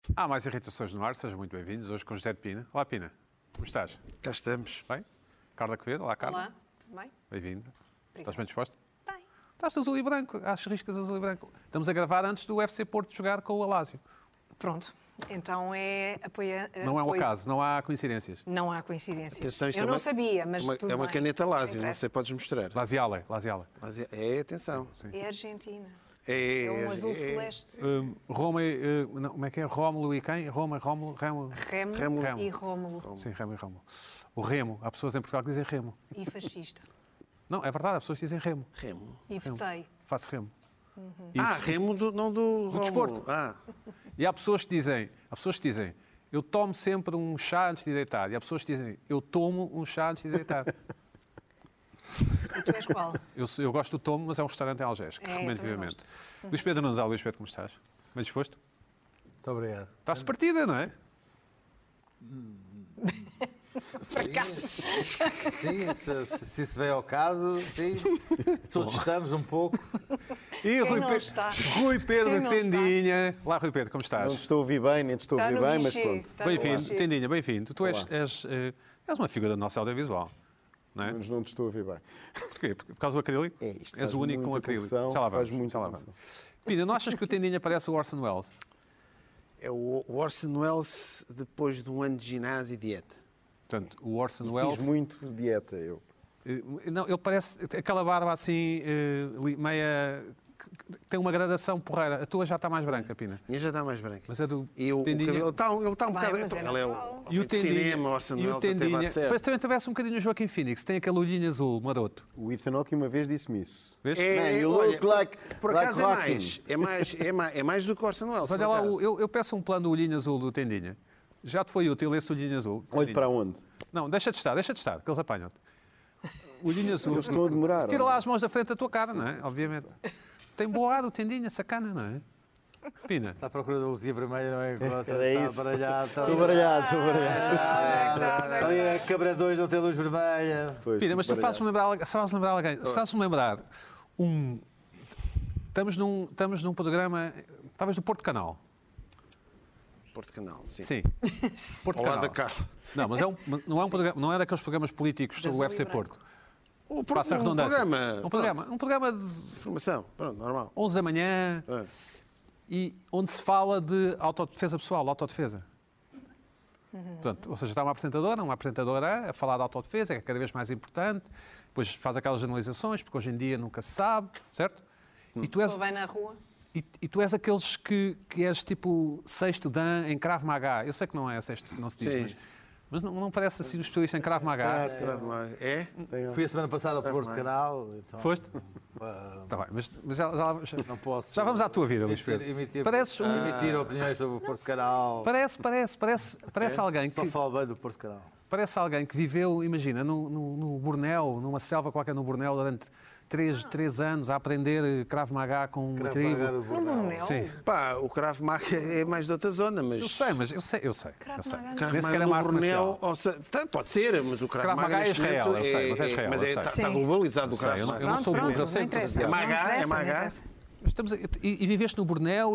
Há mais irritações no ar, sejam muito bem-vindos. Hoje com José de Pina. Olá, Pina. Como estás? Cá estamos. Bem? Carla Quevedo. Olá, Carla. Olá, tudo bem? Bem-vinda. Estás bem disposto? Bem. Estás de azul e branco, às riscas azul e branco. Estamos a gravar antes do UFC Porto jogar com o Alásio. Pronto. Então é apoia. Não é um acaso, não há coincidências. Não há coincidências. Atenção, isto Eu é não uma- sabia, mas tudo É uma bem. caneta Lásio, não interessa. sei, podes mostrar. Laziale, Laziale. Atenção. É Argentina. É, É um azul celeste. Roma e... não, como é que é? Rómulo e quem? Roma, Rómulo, Remo. Remo, Remo. e Rómulo. Sim, Remo e Rómulo. O Remo. Há pessoas em Portugal que dizem Remo. E fascista. Não, é verdade, há pessoas que dizem Remo. Remo. E votei. Faço Remo. Remo não do Rómulo. desporto. Ah, E há pessoas que dizem, eu tomo sempre um chá antes de deitar. E há pessoas que dizem, eu tomo um chá antes de deitar. E tu és qual? Eu gosto do tomo, mas é um restaurante em Algés, que É, eu recomendo também vivamente. Luís Pedro Nunes, Luís Pedro, como estás? Bem disposto? Muito obrigado. Estás-se partida, não é? Sim, se isso veio ao caso, sim. Todos estamos um pouco. E Quem não está? Rui Pedro Quem não Tendinha. Olá, Rui Pedro, como Não estás? te estou a ouvir bem, nem te estou a Está ouvir no bem, mas guichê, pronto. está no Bem-vindo, guichê. Tendinha, bem-vindo. Tu és Olá. uma figura do nosso audiovisual, não é? Mas não te estou a ouvir bem. Porquê? Por causa do acrílico? É, isto És faz o único com muita acrílico. confusão, Já lá vamos. faz muita já lá vamos. confusão. Pina, não achas que o Tendinha parece o Orson Welles? é o Orson Welles depois de um ano de ginásio e dieta. Portanto, o Orson Fiz Welles... muito dieta, eu. Não, ele parece aquela barba assim, meia... Tem uma gradação porreira. A tua já está mais branca, Pina. A minha já está mais branca. Mas é do E o Tendinha. cabelo ele está um Bem, bocado... mas é Ele é natural. E o Tendinha, cinema, Orson e o Welles até Tendinha, bate certo. parece também tivesse um bocadinho o Joaquim Phoenix, tem aquele olhinho azul, maroto. O Ethan Hawke uma vez disse-me isso. Vês? Man, you olha, look like- por like acaso Joaquin. é mais do que o Orson Welles. Mas olha por lá, acaso. eu peço um plano do olhinho azul do Tendinha. Já te foi útil esse olhinho azul? Olhe Tendinha? para onde? Não, deixa de estar, que eles apanham-te. O olhinho azul. Eles estão a demorar. Tira olha. lá as mãos da frente da tua cara, não é? Obviamente. Tem boa ar o Tendinha, sacana, não é? Pina. Está à procura da luzinha vermelha, não é? Era Está isso. baralhado. Estou baralhado, estou baralhado. Ali a Câmara 2 não tem luz vermelha. Pois, Pina, mas tu baralhado. fazes-me lembrar alguém. Fazes-me lembrar Estamos num programa, talvez do Porto Canal. Porto Canal, sim. Sim. Porto Ao lado Canal. da Carla. Não, mas não é um programa, não é daqueles programas políticos sobre o azul UFC e branco. Porto. Um Passa a redundância. programa. Um programa de Informação, pronto, normal. 11 da manhã É. e onde se fala de autodefesa pessoal, autodefesa. Portanto, ou seja, está uma apresentadora a falar de autodefesa, que é cada vez mais importante, depois faz aquelas generalizações, porque hoje em dia nunca se sabe, certo? E tu és, Só vai na rua. e tu és aqueles que és tipo sexto dan em Krav Maga. Eu sei que não é sexto, não se diz, Sim. mas não parece assim um especialista em Krav Maga. É? Fui a semana passada ao Porto Canal. Então, Foste? ah, Está bem, mas não posso. já vamos à tua vida, Luís Pedro. Emitir opiniões sobre o Porto Canal. Parece alguém Só que falo bem do Porto Canal. parece alguém que viveu, imagina, no Bornéu, numa selva qualquer no Bornéu durante 3 anos a aprender Krav Maga com uma Krav tribo. Maga do No Bornel. Bornel. Sim. Pá, o Krav Maga é mais de outra zona, mas... Eu sei. Krav Maga não. Krav Nem sequer Maga é uma no arte marcial. Bornel, pode ser, mas o Krav Krav Maga Maga é neste Israel, momento eu sei, mas é Israel, eu sei. está Sim. globalizado o Eu sei, Krav eu Maga. não sou burro, eu sei não o que estou a interessa. dizer. É Maga, Não interessa, é Maga. não interessa. E viveste no Bornéu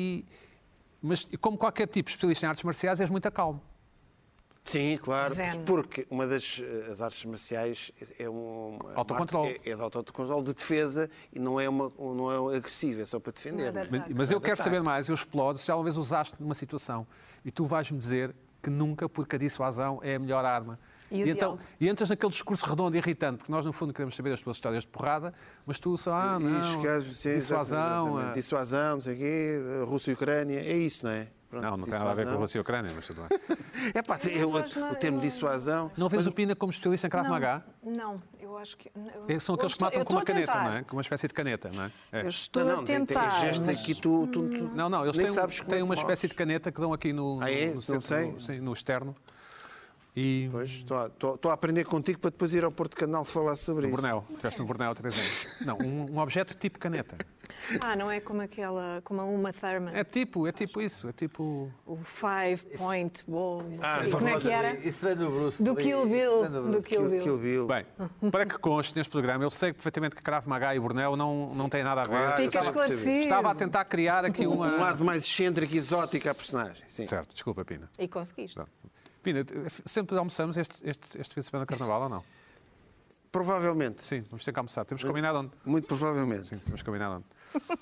mas como qualquer tipo de especialista em artes marciais és muito calmo. Sim, claro, Zen. porque uma das as artes marciais é Autocontrole. É de autocontrole, de defesa, e não é agressivo, é só para defender. Não é de né? ataque. Mas eu quero Ataque. saber mais, eu exploro, se já uma vez usaste numa situação e tu vais-me dizer que nunca, porque a dissuasão é a melhor arma. E o Então, diálogo? e entras naquele discurso redondo e irritante, porque nós no fundo queremos saber as tuas histórias de porrada, mas tu só, Isto, caso, sim, dissuasão... exatamente. Dissuasão, não sei o quê, Rússia e Ucrânia, é isso, não é? Pronto, Não tem nada a ver com a dissuasão. Rússia e a Ucrânia, mas tudo bem. É pá, o termo dissuasão... Não vês o Pina como especialista em Krav Maga? Não, eu acho que... eu- São aqueles que eu matam estou com uma a caneta, tentar. não é? Com uma espécie de caneta, não é? É. Eu estou Não, a tentar. Tem gesto mas- aqui, tu Não, eles nem têm, sabes como têm é que uma espécie mostras. de caneta que dão aqui no Não centro, sei. sim, no externo. E Pois, estou a aprender contigo para depois ir ao Porto Canal falar sobre no isso. Bornéu, estiveste no Bornéu há 3 anos. Não, um objeto tipo caneta. Não é como aquela, como a Uma Thurman. É tipo isso, é tipo... O Five Point Ball. Ah, E como é que era? Isso vem do Bruce Do Lee. Kill Bill. Isso vem do Do Kill Bill. Kill Bill. Bem, para que conste neste programa, eu sei perfeitamente que Krav Maga e Bornéu não têm nada a ver. Claro. Fica Estava a perceber. esclarecido. Estava a tentar criar aqui Um uma... lado mais excêntrico e exótico à personagem. Sim. Certo, desculpa, Pina. E conseguiste. Não. Pina, sempre almoçamos este fim de semana de Carnaval ou não? Provavelmente. Sim, vamos ter que almoçar. Temos combinado onde? Muito provavelmente. Sim, temos combinado onde?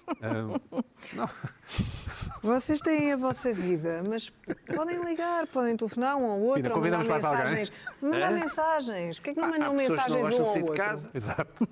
Não. Vocês têm a vossa vida, mas podem ligar, podem telefonar um ao outro, Pina, ou mandar convidamos mais alguém? mensagens. Mandar mensagens. Porquê é que não mandam Há pessoas que não mensagens gostam um de ao sair de outro? casa. Exato.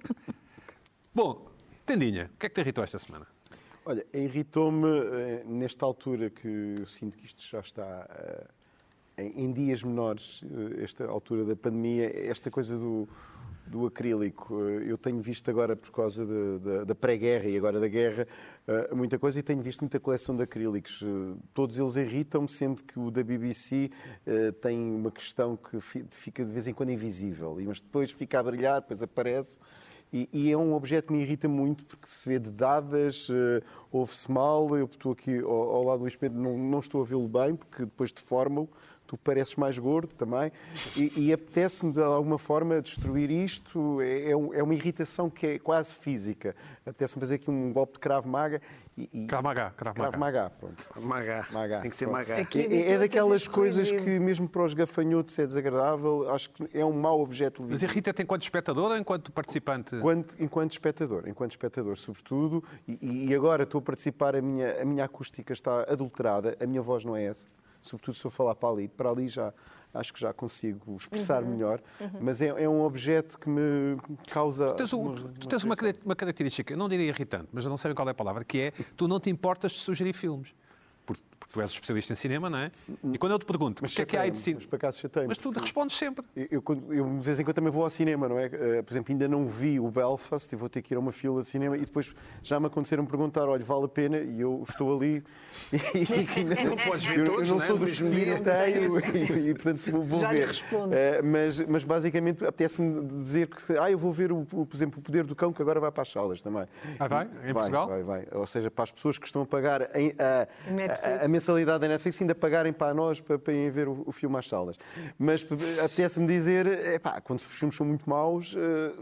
Bom, Tendinha, o que é que te irritou esta semana? Olha, irritou-me, nesta altura que eu sinto que isto já está em dias menores, esta altura da pandemia, esta coisa do acrílico. Eu tenho visto agora, por causa da pré-guerra e agora da guerra, muita coisa, e tenho visto muita coleção de acrílicos. Todos eles irritam-me, sendo que o da BBC tem uma questão que fica de vez em quando invisível, mas depois fica a brilhar, depois aparece. E é um objeto que me irrita muito porque se vê de dadas, ouve-se mal. Eu estou aqui ao lado do Luís Pedro, não estou a vê-lo bem porque depois deforma-o. Tu pareces mais gordo também. E apetece-me de alguma forma destruir isto. É uma irritação que é quase física. Apetece-me fazer aqui um golpe de Krav Maga. Krav Maga. Krav Maga, pronto. Magá. Tem que ser Magá. Aqui- É daquelas Editor, coisas proibido. que mesmo para os gafanhotos é desagradável. Acho que é um mau objeto Mas visível. irrita-te enquanto espectador ou enquanto participante? Enquanto espectador, sobretudo, e agora estou a participar, a minha acústica está adulterada, a minha voz não é essa, sobretudo se eu falar para ali já acho que já consigo expressar melhor, mas é um objeto que me causa. Tu tens uma característica, eu não diria irritante, mas eu não sei qual é a palavra, que é tu não te importas de sugerir filmes. Porque tu és especialista em cinema, não é? E quando eu te pergunto o que é que há aí de cinema, Mas por acaso chateio-me. mas tu respondes sempre. Eu de vez em quando também vou ao cinema, não é? Por exemplo, ainda não vi o Belfast e vou ter que ir a uma fila de cinema e depois já me aconteceram perguntar, olha, vale a pena? E eu estou ali e Não podes ver eu todos, não não é? sou No dos que mesmo dia. pirateio e portanto vou Já lhe ver. respondo. Mas basicamente apetece-me dizer que eu vou ver, por exemplo, o Poder do Cão, que agora vai para as salas também. Vai? Em Portugal? Vai. Ou seja, para as pessoas que estão a pagar Netflix. a mensalidade da Netflix ainda pagarem para nós para irem ver o filme às salas. Mas apetece-me dizer, quando os filmes são muito maus,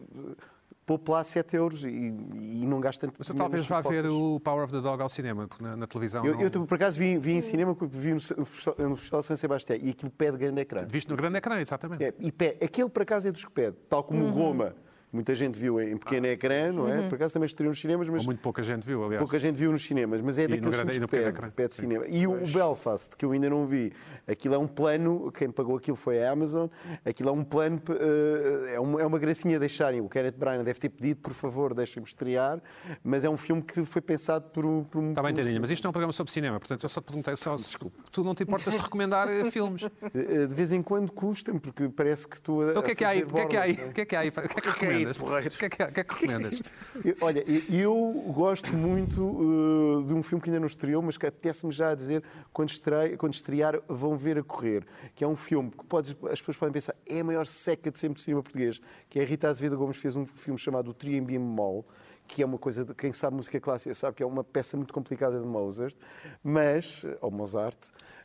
poupe lá 7 euros e não gasto tanto Mas eu dinheiro talvez nas vá ver pipocas. o Power of the Dog ao cinema, porque na televisão. Eu não... por acaso vi em cinema, vi no Festival de São Sebastião e aquilo pede grande ecrã. Viste no grande ecrã, exatamente. Aquele por acaso é dos que pede, tal como o Roma. Muita gente viu em pequeno ecrã, não é? Por acaso também estreou nos cinemas, mas Ou muito pouca gente viu, aliás. pouca gente viu nos cinemas, mas é no daqueles grande- filmes e no que pequeno ecrã. pede Sim. cinema. E o Belfast, que eu ainda não vi, aquilo é um plano, quem pagou aquilo foi a Amazon, aquilo é um plano, é uma gracinha deixarem. O Kenneth Branagh deve ter pedido, por favor, deixem-me estrear, mas é um filme que foi pensado por um... Está bem, Tendinha, mas isto não é um programa sobre cinema, portanto eu só te perguntei, tu não te importas de recomendar filmes. De vez em quando custa-me, porque parece que estou a Então o que é que há aí? fazer O que é que há aí? borlas, não é? O que é que há aí? O que é que que é aí, recomendas? porreiros? O que é que recomendas? Olha, eu gosto muito de um filme que ainda não estreou, mas que apetece-me já a dizer, quando estrear, vão ver a correr. Que é um filme que as pessoas podem pensar, é a maior seca de sempre de cinema português, que é a Rita Azevedo Gomes fez um filme chamado O Trio em Bemol, que é uma coisa de quem sabe música clássica sabe que é uma peça muito complicada de Mozart, ou Mozart,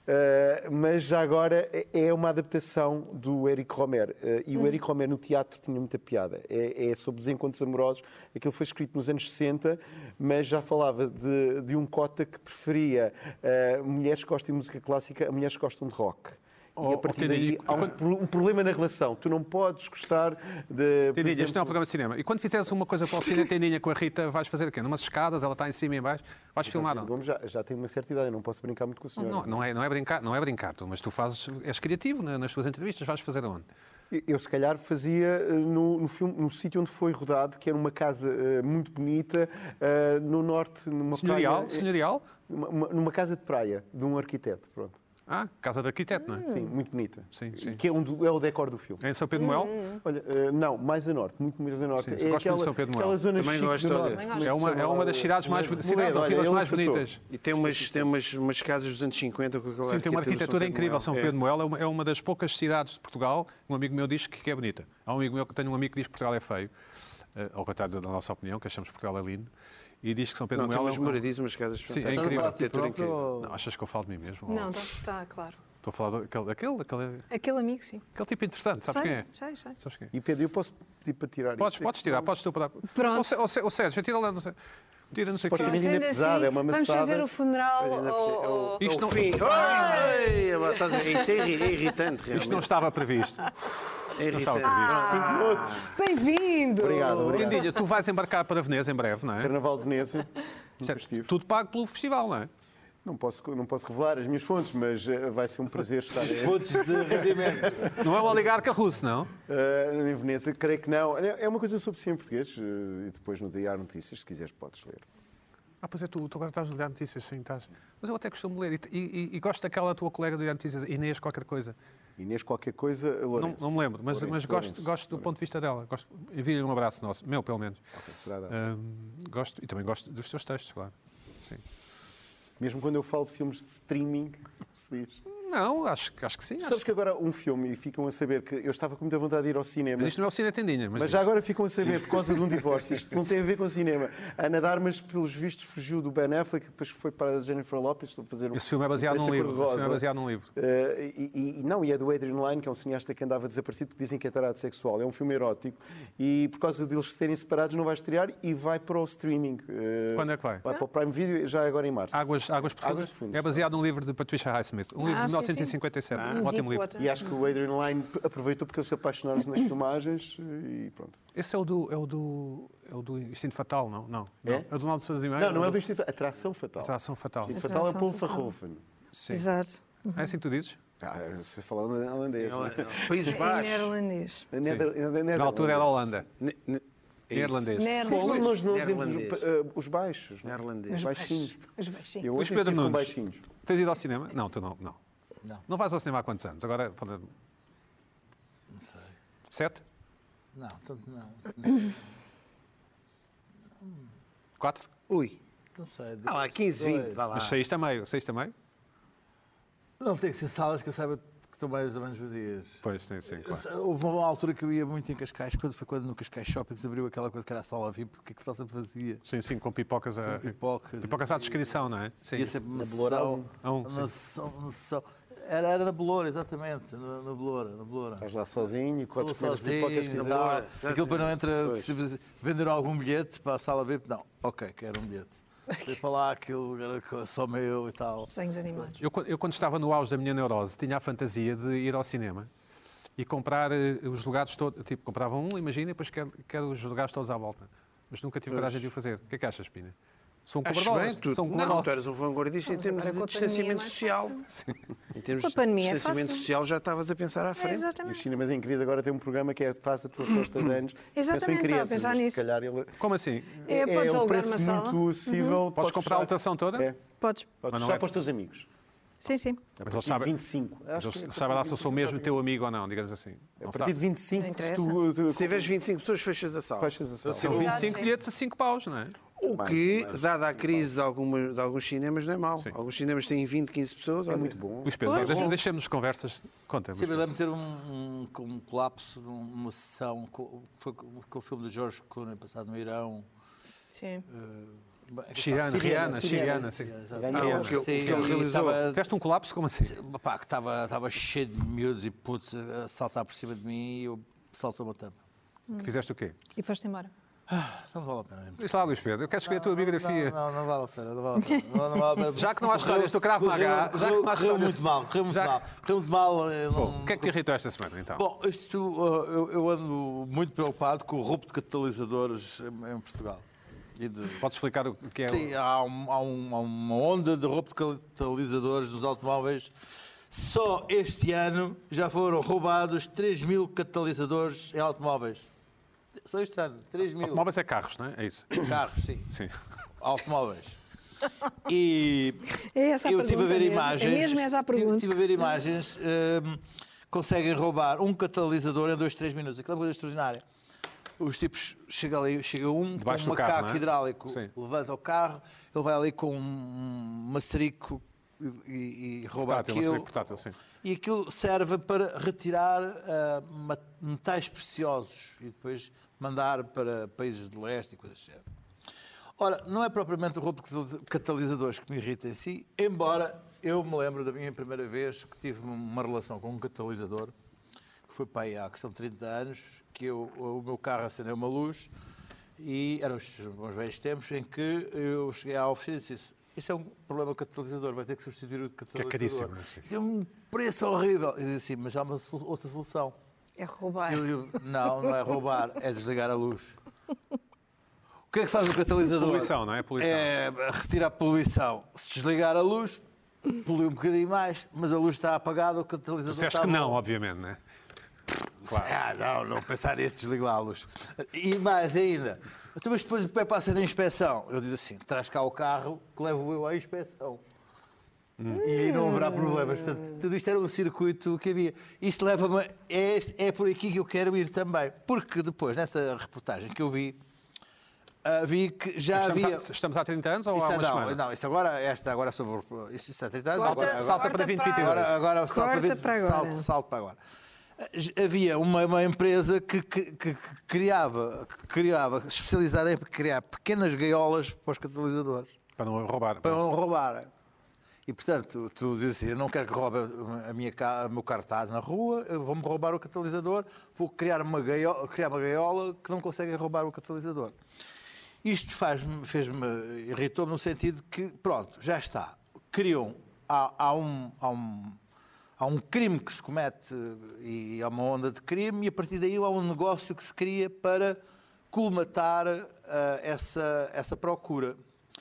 mas já agora é uma adaptação do Éric Romer. E o Éric Romer no teatro tinha muita piada. É sobre desencontros amorosos. Aquilo foi escrito nos anos 60, mas já falava de um cota que preferia mulheres que gostam de música clássica a mulheres que gostam de rock. E a partir daí há um problema na relação. Tu não podes gostar de... Tendinha, isto não é um programa de cinema. E quando fizeres uma coisa para o cinema, Tendinha, com a Rita, vais fazer o quê? Numas escadas, ela está em cima e em baixo, vais filmar, não? Gomes já tem uma certa idade, eu não posso brincar muito com o senhor. Não é brincar, mas tu és criativo nas tuas entrevistas, vais fazer aonde? Eu, se calhar, fazia no sítio onde foi rodado, que era uma casa muito bonita, no norte, numa praia... Senhorial? Numa casa de praia, de um arquiteto, pronto. Casa de arquiteto, não é? Sim, muito bonita. Sim. Que é o decor do filme. É em São Pedro de Moel? Olha, não, mais a norte, muito mais a norte. Sim, gosto muito de São Pedro de Moel. aquela zona Também chique gosto, do olha. norte. É uma das cidades mais cidades ou olha, vilas ele mais acertou. bonitas. E tem umas casas dos anos 50 com aquela Sim, tem uma arquitetura incrível. São Pedro de Moel. Moel é uma das poucas cidades de Portugal. Um amigo meu diz que é bonita. Tenho um amigo que diz que Portugal é feio, ao contrário da nossa opinião, que achamos que Portugal é lindo. e diz que São Pedro Não, tem Mel umas moradias, umas casas Sim, é fantásticas. incrível. Uma arquitetura incrível. Não, achas que eu falo de mim mesmo? Não, está claro. Estou a falar daquele Aquele amigo, sim. tipo interessante, sabes quem é? Sei. Sabes quem é? E Pedro, eu posso pedir para tirar isto? Podes tirar, podes tu para. Pronto. Ô Sérgio, tira lá. Tira não sei o quê. Supostamente ainda é Sendo pesado, é uma vamos maçada. fazer o funeral Ainda ao... é Isto o não- fim. Oi! Isto é irritante, realmente. Isto não estava previsto. É Não estava irritante. previsto. Bem-vindo! Obrigado. Lindilha, tu vais embarcar para Veneza em breve, não é? Carnaval de Veneza. Nunca estive. Tudo pago pelo festival, não é? Não posso revelar as minhas fontes, mas vai ser um prazer estar Fontes de rendimento. Não é o oligarca russo, não? em Veneza. Creio que não. É uma coisa sobre si em português e depois no Diário Notícias, se quiseres, podes ler. Pois é, tu agora estás no Diário Notícias, sim, estás. Mas eu até costumo ler. E gosto daquela tua colega do Diário Notícias, Inês qualquer coisa. Inês qualquer coisa, Lourenço. Não me lembro, mas gosto do ponto de vista dela. Envio-lhe um abraço nosso, meu pelo menos. Ok, será dado. E também gosto dos teus textos, claro. Sim. Mesmo quando eu falo de filmes de streaming, se diz. Não, acho que sim. Sabes que agora um filme, e ficam a saber que eu estava com muita vontade de ir ao cinema. Mas isto não é o Cine Tendinha. Mas já agora ficam a saber, por causa de um divórcio, isto não tem a ver com cinema. A Ana de Armas, pelos vistos, fugiu do Ben Affleck, depois foi para a Jennifer Lopez. Estou a fazer Esse filme é baseado num livro. E é do Adrian Lyne, que é um cineasta que andava desaparecido, porque dizem que é tarado sexual. É um filme erótico e, por causa deles serem separados, não vai estrear e vai para o streaming. Quando é que vai? Vai para o Prime Video, já agora em março. Águas Profundas? Profundas. É baseado num livro de Patricia Highsmith. Um livro de sim, 1957. Um ótimo livro. Deepwater. E acho que o Adrian Lyne aproveitou porque eles se apaixonaram nas filmagens e pronto. Esse é o do Instinto Fatal, não? Não. É? É o do Ronaldo Schwarzenegger. Não é do Instinto Atração Fatal. Atração Fatal. Instinto Fatal é Paul Atração Fatal. Verhoeven. Sim. Exato. É assim que tu dizes? Você fala holandês. Países Em Baixos. neerlandês. Na altura era a Holanda. Neerlandês. Neerlandês. Nós não Neerlandês. dizemos os baixos. Neerlandês. Os baixinhos. Os baixinhos. Eu Luís hoje Pedro estive com Nunes. baixinhos. Tens ido ao cinema? Não, tu não. Não. Não vais ao cinema há quantos anos? Agora, Não sei. 7? Não, tanto não. 4? Ui. Não sei. Vá lá, 15, 20, vá lá. Mas saíste a meio. Saíste a meio? Não tem que ser salas que eu saiba que estão mais ou menos vazias. Pois, sim, claro. Houve uma altura que eu ia muito em Cascais, quando no Cascais Shoppings abriu aquela coisa que era a sala VIP, porque está sempre vazia. Sim, com pipocas a... Pipocas. Pipocas à descrição, não é? Sim. Ia sempre uma Belourão. sessão. Era na Beloura, exatamente. Na Beloura. Estás lá sozinho, com Estou as primeiras sozinho, pipocas que e quiseres. tal. Exatamente. Aquilo para não entra. Venderam algum bilhete para a sala VIP? Não. Ok, quero um bilhete. Fui para lá, aquilo era só meu e tal. Desenhos animados. Eu, quando estava no auge da minha neurose, tinha a fantasia de ir ao cinema e comprar os lugares todos. Tipo, comprava um, imagina, e depois quero os lugares todos à volta. Mas nunca tive coragem de o fazer. O que é que achas, Pina? Sou um Acho cobrador. bem, tu, Sou um não, cobrador. tu eras um vanguardista em Mas termos agora com de a pandemia é distanciamento mais social. fácil. Em termos Com a pandemia é de distanciamento fácil. social já estavas a pensar à É, frente. Os exatamente. cinemas em crise agora têm um programa que é Faz a tua festa de anos. Exatamente, Pensam em estava a crianças, pensar mas nisso. se calhar ele... Como assim? Podes um alugar preço uma sala. muito acessível. Podes comprar a fechar- lotação toda? É. Podes. Podes Mas não fechar é- para os teus amigos. Sim, sim. Mas eles sabem, 25. mas Acho que eles sabem lá se eu sou mesmo 25. teu amigo ou não, digamos assim. A Não partir de sabe. 25, Não se interessa. tu Se tiveres 25 pessoas, fechas a sala. fechas a sala. São Exato, 25 sim. bilhetes a 5 paus, não é? O que, dada a crise de alguns cinemas, não é mau. Sim. Alguns cinemas têm 20, 15 pessoas. É olha. muito bom. Luís Pedro, Pois. deixemos conversas. Conta. Sim, eu lembro de ter um colapso numa sessão, foi com o filme do George Clooney, passado no Irão. Sim. Rihanna, sim. Ah, o que ele realizou. Tiveste um colapso? Como assim? Pá, que estava cheio de miúdos e putos a saltar por cima de mim e eu saltou uma tampa. Fizeste o quê? E foste embora. Não vale a pena. Diz lá, Luís Pedro, eu quero escolher a tua biografia. Não vale a pena. Não vale a pena. Não vale a pena. Já que não há histórias do Krav Maga, já que não há Correu histórias... muito mal, correu muito Já- mal. Correu muito mal. eu Bom, não- o que é que te irritou esta semana, então? Bom, eu ando muito preocupado com o roubo de catalisadores em Portugal. E de- Podes explicar o que é? Sim, há uma onda de roubo de catalisadores nos automóveis. Só este ano já foram roubados 3.000 catalisadores em automóveis. Só este ano, 3.000 Automóveis é carros, não é? É isso. carros, sim. Sim. Automóveis. E É essa a eu estive a pergunta ver mesmo. imagens. É mesmo essa a pergunta. Tive a ver imagens. Conseguem roubar um catalisador em 2, 3 minutos. Aquela coisa extraordinária. Os tipos, chega um Debaixo com um do carro, macaco não é? hidráulico, Sim. levanta o carro, ele vai ali com um maçarico e rouba Portátil, não aquilo. sei, portátil, sim. E aquilo serve para retirar metais preciosos e depois mandar para países de leste e coisas assim. Ora, não é propriamente o roubo de catalisadores que me irrita em si, embora eu me lembro da minha primeira vez que tive uma relação com um catalisador, que foi para aí há questão de 30 anos, que o meu carro acendeu uma luz e eram os bons velhos tempos em que eu cheguei à oficina e disse: isso é um problema catalisador, vai ter que substituir o catalisador. Que é caríssimo. E um preço horrível. Eu disse assim: mas há outra solução. É roubar. Eu digo: não é roubar, é desligar a luz. O que é que faz o catalisador? Poluição, não é? Poluição. É retirar a poluição. Se desligar a luz, polui um bocadinho mais, mas a luz está apagada, o catalisador Tu disseste está que não, bom. obviamente, não é? Claro. Não pensar nisso, desligar a luz. E mais ainda, então, mas depois é para ser a inspeção. Eu digo assim: traz cá o carro que levo eu à inspeção. E aí não haverá problemas. Portanto, tudo isto era um circuito que havia. Isto leva-me. É por aqui que eu quero ir também. Porque depois, nessa reportagem que eu vi que já havia. Estamos há 30 anos ou Isso há é, uma semana? não, isso agora, esta agora sobre. Isso há 30 anos. Salta para 2022. Agora Corta para agora. salto para agora. Havia uma empresa que criava, especializada em criar pequenas gaiolas para os catalisadores, Para não roubar. para não roubarem. E, portanto, tu dizes assim: eu não quero que roubem o meu carro está na rua, vou-me roubar o catalisador, vou criar uma gaiola que não conseguem roubar o catalisador. Isto irritou-me no sentido que, pronto, já está. Há um crime que se comete e há uma onda de crime, e a partir daí há um negócio que se cria para colmatar essa procura.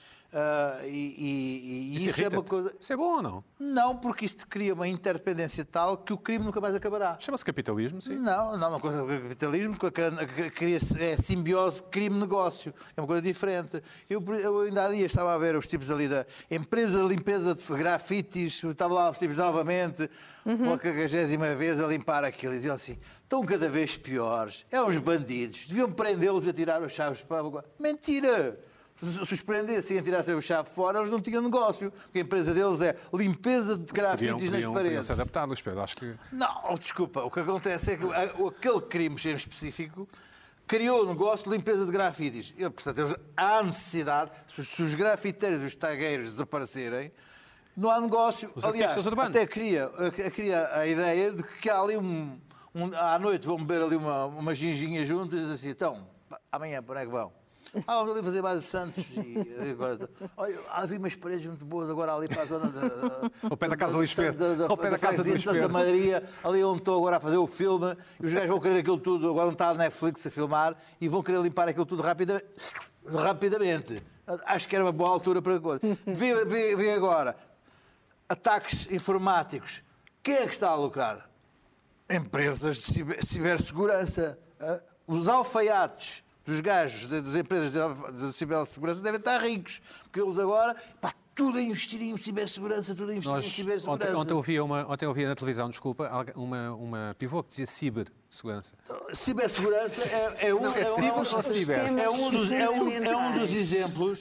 Isso é uma coisa. Isso é bom ou não? Não, porque isto cria uma interdependência tal que o crime nunca mais acabará. Chama-se capitalismo, sim. Não é uma coisa do capitalismo, é simbiose crime-negócio, é uma coisa diferente. Eu ainda há dias estava a ver os tipos ali da empresa de limpeza de grafites, estava lá os tipos novamente, pela 40ª vez a limpar aquilo, e diziam assim: estão cada vez piores, é uns bandidos, deviam prendê-los a tirar os chaves para a... Mentira! Se os prendessem e tirassem o chave fora, eles não tinham negócio. Porque a empresa deles é limpeza de grafites nas Podiam paredes. se adaptar, Luís Pedro. Acho que... Não, desculpa. O que acontece é que aquele crime em específico criou o negócio de limpeza de grafites. Portanto, há necessidade, se os grafiteiros e os tagueiros desaparecerem, não há negócio. Os Aliás, artistas urbanos. até cria a ideia de que há ali à noite vão beber ali uma ginginha juntos e dizem assim: então, amanhã, para onde é que vão? Vamos ali fazer mais de Santos. Olha, havia umas paredes muito boas agora ali para a zona Ao pé da casa do Luís Pedro. Ao pé da casa do Luís Santa Pedro. Maria, ali onde estou agora a fazer o filme, e os gajos vão querer aquilo tudo, agora não está a Netflix a filmar, e vão querer limpar aquilo tudo rapidamente. Acho que era uma boa altura para a coisa. Vê agora, ataques informáticos. Quem é que está a lucrar? Empresas de cibersegurança. Os alfaiates dos gajos das empresas de cibersegurança devem estar ricos, porque eles agora, tudo a investir em cibersegurança, tudo a investir em cibersegurança. Ontem ouvi na televisão, desculpa, uma pivô que dizia cibersegurança. Cibersegurança é um dos exemplos.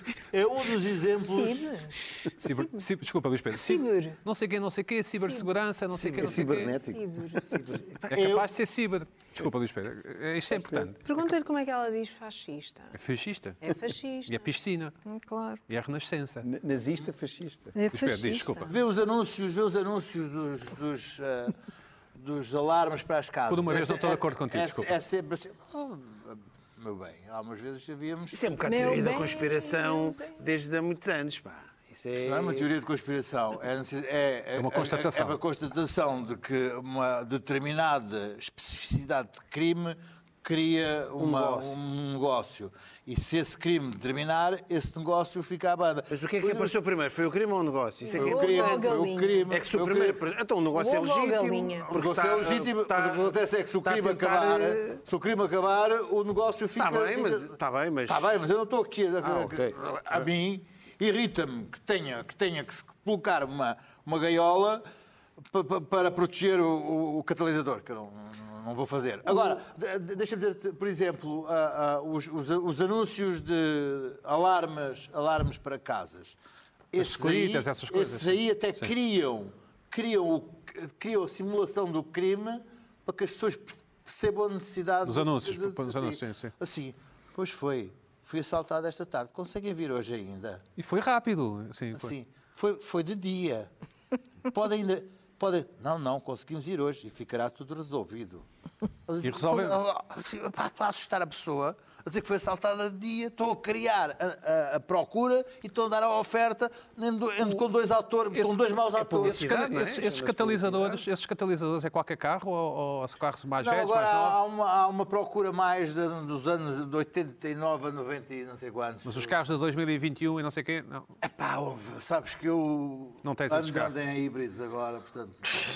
Desculpa, Luís Pedro. Ciber. Não sei quê, cibersegurança, não sei quê, não sei quê. Cibernético. É capaz de ser ciber. Desculpa, Luís Pedro. Isto é importante. Pergunta-lhe como é que ela diz fascista. É fascista. É fascista. E é piscina. Claro. E é renascença. Nazista, fascista. É Pedro, diz, fascista. desculpa. Vê os anúncios dos alarmes para as casas. Por uma vez não estou de acordo contigo, desculpa. É sempre assim. Meu bem, há umas vezes havíamos... Isso é um bocado Meu teoria da bem, conspiração desde há muitos anos, pá. Isso é... Não é uma teoria de conspiração, é uma constatação. É uma constatação de que uma determinada especificidade de crime cria um negócio. E se esse crime terminar, esse negócio fica à banda. Mas o que é que apareceu primeiro? Foi o crime ou o negócio? Isso é que é Foi o crime, importante. foi o crime. É que se o primeiro... Então o negócio é Ovo ou legítimo. galinha? O negócio é legítimo, mas o que acontece é que se o crime acabar, o negócio fica... Está bem, mas... Está bem, mas eu não estou aqui ok. a mim irrita-me que tenha que se colocar uma gaiola para proteger o catalisador, que eu não vou fazer. Agora, deixa-me dizer, por exemplo, os anúncios de alarmes para casas. Essas coisas. Esses aí até criam a simulação do crime para que as pessoas percebam a necessidade... Dos anúncios, sim. Assim, pois foi. fui assaltado esta tarde. Conseguem vir hoje ainda? E foi rápido. Sim, foi. Sim, foi de dia. Podem ainda... Não, conseguimos ir hoje e ficará tudo resolvido. E resolve... Para assustar a pessoa, a dizer que foi assaltada de dia, estou a criar a procura e estou a dar a oferta com dois autores, com dois maus atores. Esses catalisadores é qualquer carro ou carros mais Não, velhos, agora mais novos? há uma procura mais dos anos de 89 a 90 e não sei quantos. Mas os carros de 2021 e não sei o quê, não. Epá, sabes que eu Não tens esses carros. ando em híbridos agora, portanto...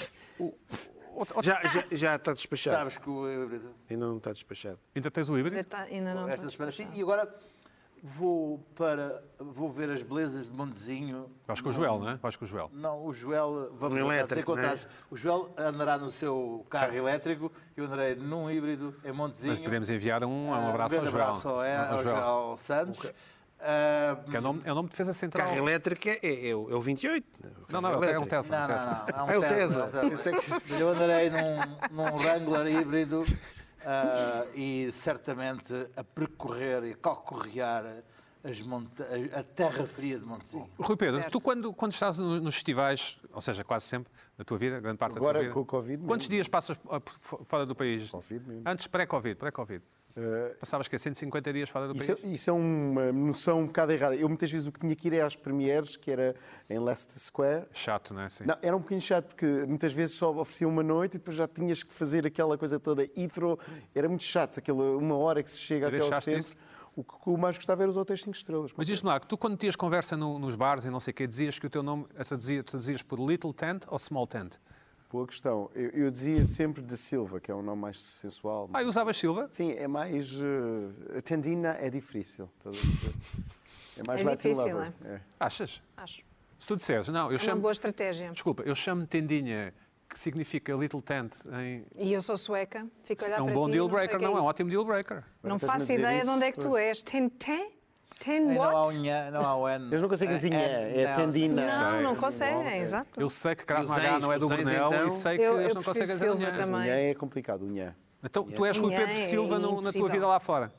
Já está despachado. Sabes que o híbrido... Ainda não está despachado. Ainda tens o híbrido? Ainda não Esta está. semana sim. E agora vou ver as belezas de Montezinho. Vais com o Joel, não é? Vais com o Joel. Não, o Joel, vamos Um ser elétrico, encontrados. O Joel andará no seu carro elétrico, eu andarei num híbrido em Montezinho. Mas podemos enviar um abraço ao grande Joel. abraço ao Joel Santos. Que é o nome de defesa central. Carro elétrico é o 28. Não, é um Tesla. Não, É o Tesla. Mas eu andarei num Wrangler híbrido e certamente a percorrer e calcorrear a terra fria de Montezinho. Rui Pedro, tu quando estás nos festivais, ou seja, quase sempre, na tua vida, grande parte da tua Agora vida, com o Covid quantos mesmo. dias passas fora do país? Covid mesmo. Antes, pré-Covid. Passavas que 150 dias fora do país? Isso é uma noção um bocado errada. Eu muitas vezes o que tinha que ir é às premieres, que era em Leicester Square. Chato, não é? Sim. Não, era um bocadinho chato, porque muitas vezes só ofereciam uma noite e depois já tinhas que fazer aquela coisa toda. Heathrow, era muito chato, aquela uma hora que se chega até ao Deixaste centro. isso? O que eu mais gostava era os hotéis 5 estrelas. Mas diz-me lá, que tu quando tinhas conversa nos bares e não sei o quê, dizias que o teu nome traduzias por Little Tent ou Small Tent? Boa questão. Eu dizia sempre de Silva, que é um nome mais sensual. E usavas Silva? Sim, é mais... a tendina é difícil. Estás a perceber? É mais É Latin difícil, lover. não é? Achas? Acho. Se tu disseres, não, eu É uma chamo... boa estratégia. Desculpa, eu chamo tendinha, que significa Little Tent, E eu sou sueca, fico a olhar é um para bom ti, deal não sei breaker, o que não, é um isso. ótimo deal breaker. Não Estás-me a faço dizer ideia de isso? onde é que tu és. Ten Não há what? unha, não há o N. Eles não conseguem dizer é tendina. Não conseguem, exato. Eu sei que Krav E os Maga não é do ex, Brunel então? e sei que Eu eles não prefiro conseguem dizer Silva unhas. também. Unha é complicado, unha. Então, tu és Rui Unha Pedro é Silva na tua impossível. vida lá fora.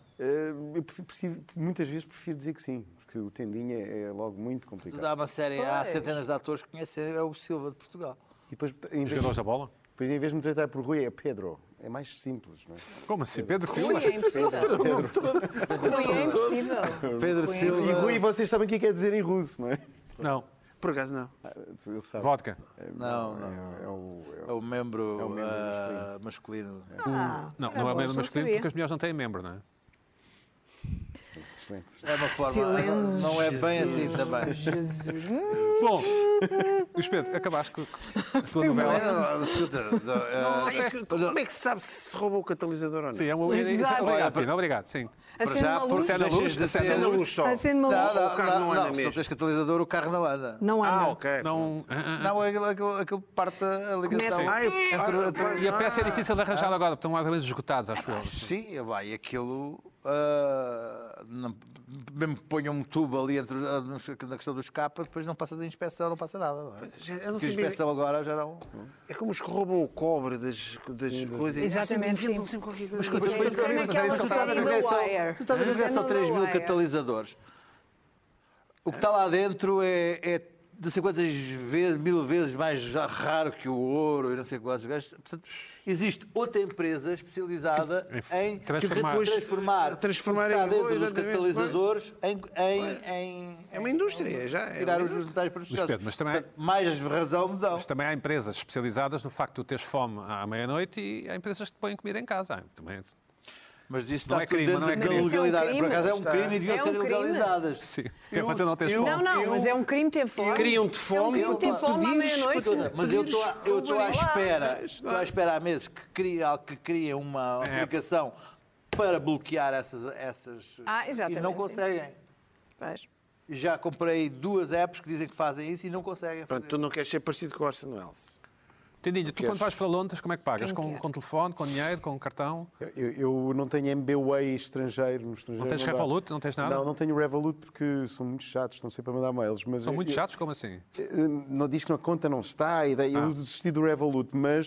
Muitas vezes prefiro dizer que sim, porque o tendinha é logo muito complicado. Há uma série, há Pois. centenas de atores que conhecem, é o Silva de Portugal. E depois, Os jogadores da bola? em vez de me tratar por Rui, é Pedro. É mais simples, não é? Como assim? Pedro Silva? Rui é impossível. Rui é impossível. Pedro Rui é Silva. E Rui, vocês sabem o que quer dizer em russo, não é? Não. Por acaso não. Ele sabe. Vodka. Não. É o membro, É o membro masculino. Não é o mesmo masculino porque as mulheres não têm membro, não é? Excelente. É uma forma. Silêncio. Não é bem assim também. Jesus. Bom, Luís Pedro, acabaste com a tua novela. Escuta. Como é que se sabe se roubou o catalisador ou não? Sim, Exato. obrigado, Pina, obrigado. Sim. Acende uma luz. Acende a luz, Acende a luz só. Acende uma luz. O carro não anda Se não mesmo. tens catalisador, o carro não anda. Não anda. Ok. Não, Não, aquilo parte a ligação. Começa- e a peça é difícil de arranjar agora, porque estão mais ou menos esgotados, acho eu. Sim, vai, aquilo. Mesmo que ponham um tubo ali na questão do escape, depois não passa da inspeção, não passa nada. Não é? Eu não Porque a sei bem- inspeção agora já não. É como os que roubam o cobre das coisas. Exatamente, Inventam sim. sempre qualquer coisa. Mas isso é naquela série do Wire. Tu estás a dizer só 3 mil catalisadores. O que está lá dentro é de sei quantas vezes, 1000 vezes mais raro que o ouro e não sei quantos gajos. Portanto, existe outra empresa especializada em transformar. transformar o que Transformar está em dentro coisa, dos catalisadores em É uma indústria, já. É tirar uma os indústria. metais preciosos. Pedro, mas também- Portanto, mais razão me dão. Mas também há empresas especializadas no facto de tu teres fome à meia-noite e há empresas que te põem comida em casa. Também, Mas isso Não está é crime, tudo não é dentro da crime. Mas isso é um legalidade. Por crime. acaso é um crime e deviam É um ser crime. legalizadas. sim. Que é para tu não teres fome. Não, mas é um crime ter fome. Criam-te fome. É um crime ter fome à meia-noite. Mas eu estou à espera, Mas, estou à espera há meses que cria uma aplicação para bloquear essas exatamente, e não sim. conseguem. Pois. Já comprei 2 apps que dizem que fazem isso e não conseguem. Pronto, tu não queres ser parecido com o Orson Welles. Tendinho, tu quando vais para Londres, como é que pagas? Quem quer? Com telefone, com dinheiro, com cartão? Eu não tenho MBWay estrangeiro. No estrangeiro Não tens dá. Revolut? Não tens nada? Não tenho Revolut porque são muito chatos, estão sempre a mandar mails. Mas São muito chatos? Como assim? Não diz que a conta não está, eu desisti do Revolut, mas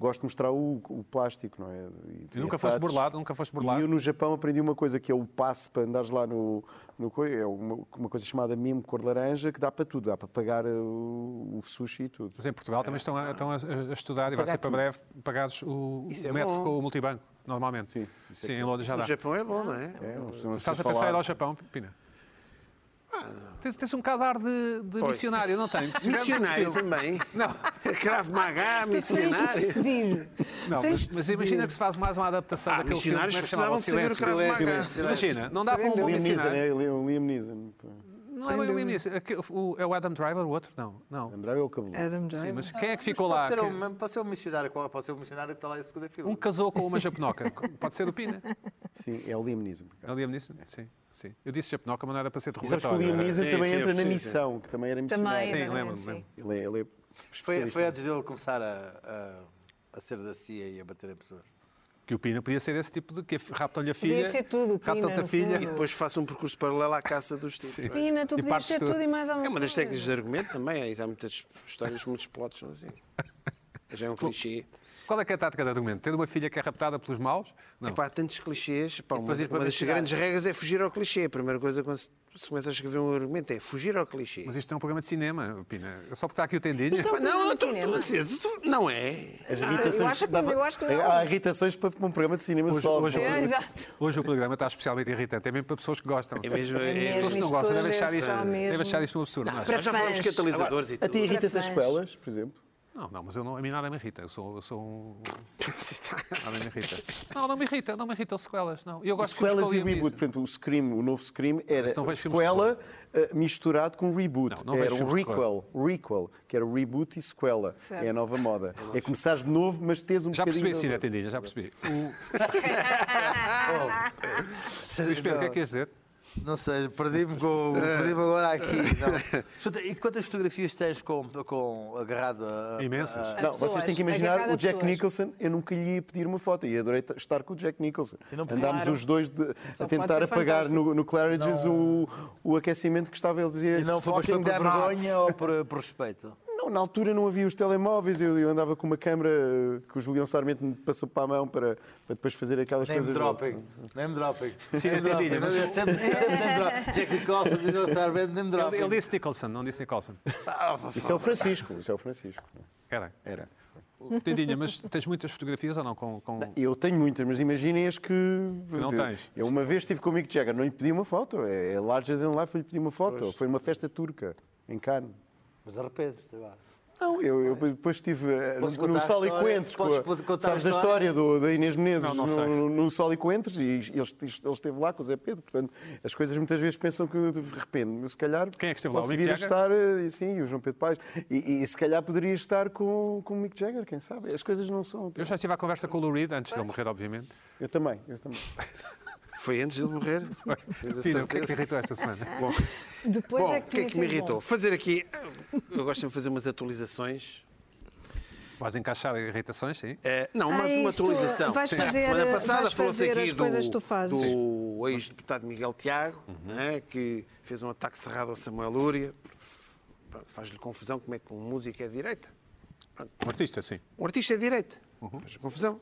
gosto de mostrar o plástico, não é? E nunca foste burlado, nunca foste E burlado. eu no Japão aprendi uma coisa, que é o passe para andares lá é uma coisa chamada mimo cor laranja, que dá para tudo, dá para pagar o sushi e tudo. Mas em Portugal também estão a estudar e vai ser para breve pagares o Isso é metro bom. com o multibanco, normalmente. Sim, isso é Sim, em Londres já No dá. Japão é bom, não é? Estás a pensar em ir ao Japão, Pina? Tens um bocado de ar de missionário, não tem? Se tiveres um Missionário filme- também. Não, Krav Maga, Tu tens de missionário. decidir. não, Tens mas, de mas imagina decidir. que se faz mais uma adaptação daquele filme, como missionários é que se chamava? O precisavam de saber o Silêncio. Krav Maga. Imagina, não dava um bom Liam Neeson, missionário. é o Liam Neeson. Não é bem o Liam Neeson. É o Adam Driver, o outro? Não. Andrade é o cabelo. Adam Sim, Driver. mas quem é que ficou lá? Pode ser um missionário, pode ser um missionário que está lá em segunda fila. Um casou com uma japenoca. Pode ser o Pina. Sim, é o Liam Neeson. É o Liam Neeson? Sim, sim. Eu disse japenoca, mas não era para ser E sabes que o derrogatório. Liam Neeson Sim, também sim, entra na sim, sim. missão, que também era Também, missionário. Sim, exatamente, lembro-me. sim. Ele é Foi especialista. antes dele começar a ser da CIA e a bater em pessoas. Que o Pina podia ser esse tipo de que raptam-lhe a Podia filha. ser tudo, o Pina, Raptam-te a no filha. fundo. Depois faço um percurso paralelo à caça dos tipos. Sim. Pina, tu E podias partes ser tudo. tudo e mais alguma É uma das coisa. técnicas de argumento também. Há muitas histórias, muitos plots, não assim. Já é um clichê. Qual é que é a tática de argumento? Ter uma filha que é raptada pelos maus? Não. Epá, há tantos clichês. Pá, uma depois ir para das investigar. grandes regras é fugir ao clichê. A primeira coisa quando se começa a escrever um argumento é fugir ao clichê. Mas isto é um programa de cinema, Pina. Só porque está aqui o Tendinho. Isto é um Pá, não, programa eu de estou cinema. a dizer, não é. As eu irritações. acho que não. Há irritações para um programa de cinema só. hoje- É, exato. Hoje o programa está especialmente irritante. É mesmo para pessoas que gostam. É mesmo, É As mesmo. pessoas que não As gostam devem pessoas achar isto, só mesmo. devem achar isto um absurdo. Não, Para achas? já falamos de fãs. catalisadores e A ti tudo. irrita-te as fãs. sequelas, por exemplo? Não, mas a mim nada me irrita. Eu sou um. Nada me irrita. Não me irrita. Não me irritam sequelas. Não. Eu gosto de filmes Sequelas com e Liam Neeson. reboot. Por exemplo, o Scream, o novo Scream, era Mas não vejo filmes sequela misturado com reboot. Não vejo Era um filmes de requel, que era reboot e sequela. Certo. É a nova moda. É começares de novo, mas tens um Já bocadinho... percebi, sim, né, Tendinha? Já percebi. Luís Pedro, o que é que queres dizer? Não sei, perdi-me agora aqui. Não. Escuta, e quantas fotografias tens com agarrado a... Imensas. Não, pessoas, vocês têm que imaginar agarrado a o Jack pessoas. Nicholson, eu nunca lhe ia pedir uma foto, e adorei estar com o Jack Nicholson. não Andámos Claro. os dois Só a pode tentar ser apagar fantástico. no Claridge's o aquecimento que estava, ele dizia... E não foi por "Fucking damn hot." vergonha ou por respeito? Não, na altura não havia os telemóveis, eu andava com uma câmara que o Julião Sarmento me passou para a mão para depois fazer aquelas Name coisas... dropping. Name dropping. Sim, Name dropping. entendi, mas- Sempre name dropping. Jack Nicholson, Julião Sarmento, name dropping. Ele disse Nicholson, não disse Nicholson. Isso é o Francisco, isso é o Francisco. Era. Era. Tendinha, mas tens muitas fotografias ou não? Eu tenho muitas, mas imaginem as que... não tens. Eu uma vez estive com o Mick Jagger, não lhe pedi uma foto, é larger than life, lhe pedi uma foto. Foi uma festa turca, em Cannes. Mas arrependes-te agora. Não, eu depois estive Podes no contar a Sol e história? Coentros. Podes contar Sabes a a história da Inês Menezes Não sei. no Sol e Coentros e ele esteve lá com o Zé Pedro. Portanto, as coisas muitas vezes pensam que de repente, mas se calhar Quem é que esteve lá? O posso Mick vir a Jagger? estar, sim, e o João Pedro Paes. E se calhar poderia estar com o Mick Jagger, quem sabe? As coisas não são. Eu já estive à conversa com o Lou Reed, antes de ele morrer, obviamente. Eu também. Foi antes de ele morrer. Tens a Pina, o que é que te certeza? irritou esta semana? Depois Bom, é o que é devia que me ser irritou? bom. Fazer aqui. Eu gosto de fazer umas atualizações. Vais encaixar irritações, sim? Não, uma isto, atualização. vais Sim. fazer- Semana passada vais falou-se fazer aqui as coisas que tu fazes. do ex-deputado Miguel Tiago, né, que fez um ataque cerrado ao Samuel Lúria. Pronto, faz-lhe confusão como é que um músico é de direita. Um artista, sim. Um artista é de direita. Faz confusão.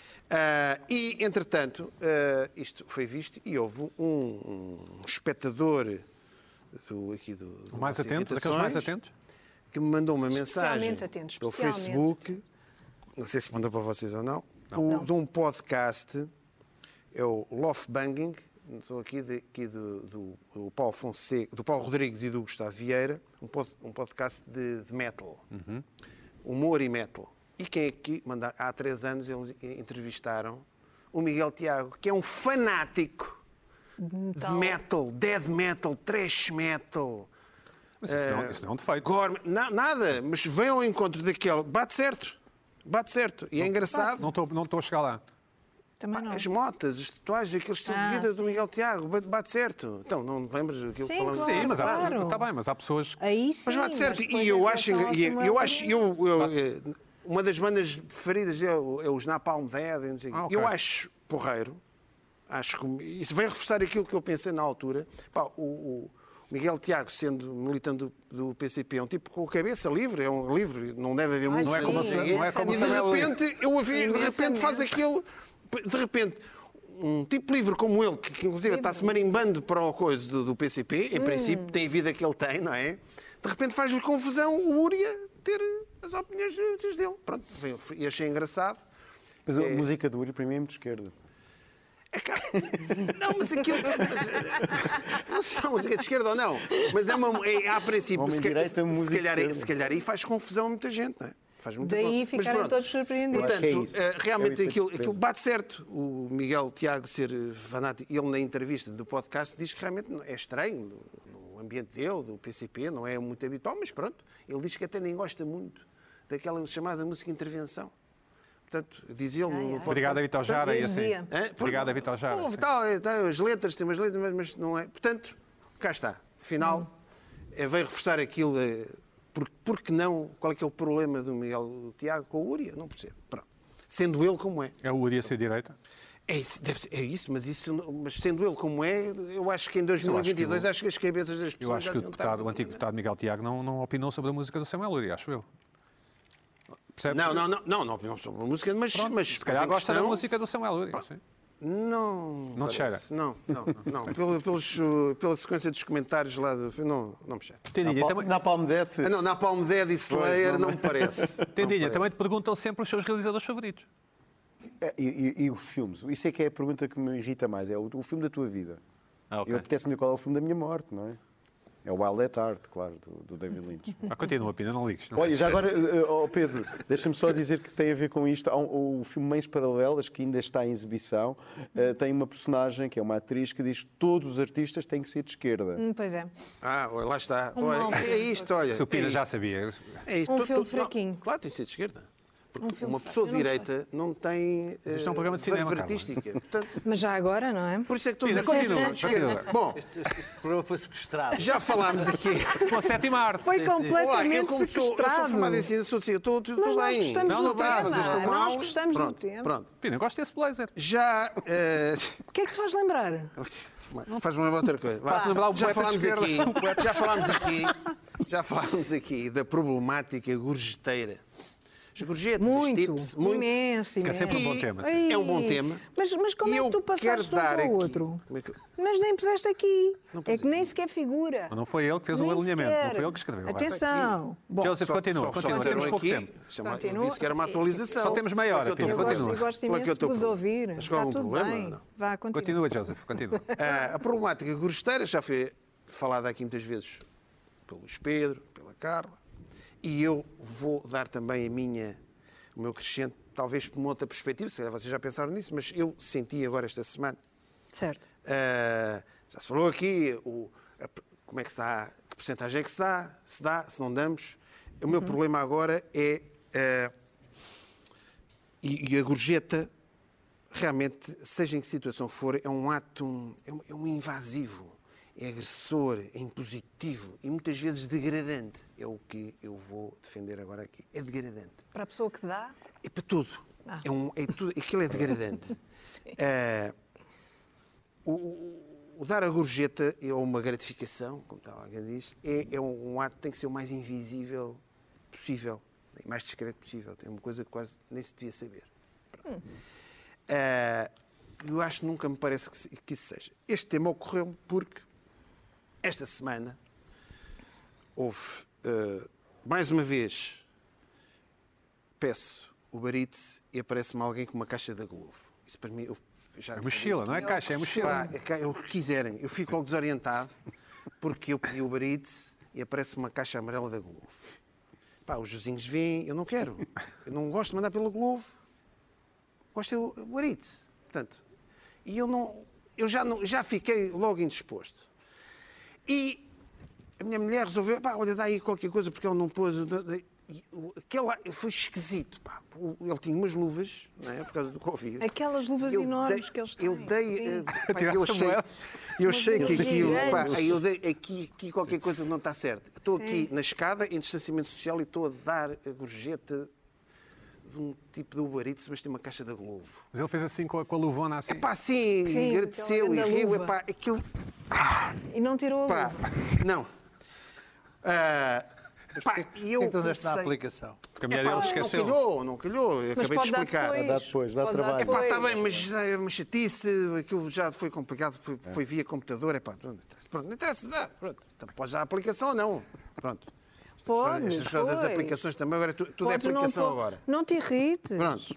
E, entretanto, isto foi visto e houve um espectador aqui do O mais Nossas atento, daqueles mais Irritações, atentos? que me mandou uma mensagem Especialmente atento, pelo especialmente Facebook, não sei se mandou para vocês ou não, de um podcast, é o Love Banging, estou aqui do Paulo Fonseca, do Paulo Rodrigues e do Gustavo Vieira, um podcast de metal, humor e metal. E quem é que manda? Há 3 anos eles entrevistaram o Miguel Tiago, que é um fanático de metal, death metal, thrash metal. Mas isso não é um defeito. Nada, mas vem ao encontro daquele. Bate certo. E é engraçado. Não estou a chegar lá. Também não. As motas, as tatuagens, aquele estilo de vida do Miguel Tiago, bate certo. Então, não te lembras daquilo que Sim, falamos? claro. Sim, mas Claro. está bem, mas há pessoas. Aí sim. Mas bate certo. depois E em eu acho. relação ao Samuel Uma das bandas preferidas é os Napalm Dead. Não sei. Ok. Eu acho porreiro. Acho que isso vem reforçar aquilo que eu pensei na altura. Pá, o Miguel Tiago, sendo militante do PCP, é um tipo com a cabeça livre, é um livre, não deve haver muito. Não é como E de repente, eu ouvi, de repente faz aquele. De repente, um tipo livre como ele, que inclusive está-se marimbando para o coisa do PCP, em princípio tem a vida que ele tem, não é? De repente faz-lhe confusão o Uria ter as opiniões dele. Pronto, e achei engraçado. Mas a música do Uria para mim é muito esquerda. É cá. Não, mas aquilo. Não sei se é música de esquerda ou não, mas há princípio. Homem direita, música de esquerda. Se calhar aí faz confusão a muita gente, não é? Faz muita Daí confusão. Mas ficaram pronto. todos surpreendidos. Acho que é Portanto, isso. realmente É o efeito aquilo surpresa. bate certo. O Miguel Tiago ser fanático, ele na entrevista do podcast diz que realmente é estranho no ambiente dele, do PCP, não é muito habitual, mas pronto, ele diz que até nem gosta muito daquela chamada música de intervenção. Portanto, diz ele no podcast. Obrigado a Vitor Jara e assim. dizia. Obrigado a Vitor Jara. Houve sim. tal, as letras, tem umas letras, mas não é. Portanto, cá está. Afinal, veio reforçar aquilo. Porque não? Qual é que é o problema do Miguel Tiago com o Uria? Não percebo. Pronto. Sendo ele como é. É o Uria ser direita? É isso, mas sendo ele como é, eu acho que em 2022 acho que as cabeças das pessoas. Eu acho já que deviam estar- o antigo deputado Miguel Tiago não opinou sobre a música do Samuel Uria, acho eu. Percebes? Não opinião sobre a música, mas Se calhar em gosta da questão- música do Samuel Uria. Sim. Não te parece. cheira? Não. Pela sequência dos comentários lá do. Não me cheira. Tendinha, também, Na Palmedete. Não, na Palm Dead e Slayer não me parece. Tendinha, Não também parece. te perguntam sempre os seus realizadores favoritos. E os filmes? Isso é que é a pergunta que me irrita mais. É o filme da tua vida. Ok. Eu apetece-me qual é o filme da minha morte, não é? É o Wild at Heart, claro, do David Lynch. Continua, Pina, não ligues. Não. Olha, já agora, Pedro, deixa-me só dizer que tem a ver com isto. Há o filme Mães Paralelas, que ainda está em exibição, tem uma personagem, que é uma atriz, que diz que todos os artistas têm que ser de esquerda. Pois é. Olha, lá está. mal. Olha, é isto, olha. Se o Pina é já isto. sabia. É isto. Um filme fraquinho. Claro, tem que ser de esquerda. Porque filme uma pessoa de fraco. Eu não direita não tem isto é um programa de cinema, verve Carla. artística. Portanto, Mas já agora, não é? por isso é que todos Pina, os artistas continua, são de esquerda. continua. Bom, Este programa foi sequestrado. já falámos aqui. Pela sétima arte. Foi Olá, eu completamente como sou sequestrado. formado em ciência social, estou Mas nós bem. gostamos Não, do não está, tema. vocês estão Nós mal. gostamos do Pronto, tema. Pronto. Pina, gosto desse blazer. Já. O que é que te faz lembrar? Não faz-me lembrar outra coisa. Vá, Faz-me lembrar o já poeta de falámos esquerda. já falámos aqui da problemática gorjeteira. Os gorjetes, Muito, os tips, muito. imenso, Que é sempre um bom E- tema. sim. Ai, É um bom tema. Mas como E é que eu tu passaste quero de um dar para o aqui- outro? Como é que- Mas nem puseste aqui. Não É pus que nem sequer figura. Mas não foi ele que fez o Nem alinhamento, não sequer. foi ele que escreveu. Atenção. Bom, Joseph, continua, Só continua. fizeram Temos pouco aqui, tempo. Continua. Disse que era uma atualização. Só temos meia hora, Qual é que é o Pina, teu eu continua. gosto Qual é que é imenso o de teu vos problema? ouvir. Mas qual é Está o tudo problema? bem. Não. Vá, continua. Continua, Joseph, continua. A problemática gorjeteira já foi falada aqui muitas vezes pelo Luís Pedro, pela Carla, e eu vou dar também o meu crescente, talvez por uma outra perspectiva, se calhar vocês já pensaram nisso, mas eu senti agora esta semana. Certo. Já se falou aqui como é que se dá, que porcentagem é que se dá, se não damos. O meu problema agora é. E a gorjeta, realmente, seja em que situação for, é um ato, é um invasivo, é agressor, é impositivo e muitas vezes degradante. É o que eu vou defender agora aqui. É degradante. Para a pessoa que dá, É para tudo. Ah. Aquilo é degradante. Sim. O dar a gorjeta é uma gratificação, como estava alguém diz, é um ato que tem que ser o mais invisível possível, e mais discreto possível. Tem uma coisa que quase nem se devia saber. Eu acho que nunca me parece que isso seja. Este tema ocorreu porque esta semana houve, mais uma vez, peço Uber Eats e aparece-me alguém com uma caixa da Glovo. Isso para mim... É mochila, não é caixa, é mochila. É o que quiserem. Eu fico logo desorientado porque eu pedi Uber Eats e aparece uma caixa amarela da Glovo. Os vizinhos veem, eu não quero. Eu não gosto de mandar pela Glovo. Gosto de Uber Eats. Portanto, e eu já fiquei logo indisposto. E a minha mulher resolveu, olha, dá aí qualquer coisa porque ele não pôs... Foi esquisito. Ele tinha umas luvas, não é? Por causa do Covid. aquelas luvas enormes que eles têm. Eu dei. Sim. Eu achei que aquilo. gigantes. Eu dei aqui qualquer coisa que não está certo. Estou aqui na escada, em distanciamento social, e estou a dar a gorjeta de um tipo de Uber Eats, mas tem uma caixa da Glovo. Mas ele fez assim com a luvona assim. Epá, sim, Sim, agradeceu e aquela riu. luva. Epá, aquilo... E não tirou a Pá, luva. não. Pá, e eu Então deste na comecei- aplicação. Porque a mulher Epá, dele esqueceu. não calhou. Eu Mas acabei de pode dar explicar. depois. Dá depois, dá Pode dar trabalho. depois. Epá, está bem, mas é uma chatice, aquilo já foi complicado, foi via computador, epá, pronto, não interessa, dá, pronto. Então, podes dar a aplicação ou não. Pronto. Pode, Estas histórias das pois. aplicações também, agora tudo é Podes não aplicação pôr- agora. Não te irrites. Pronto.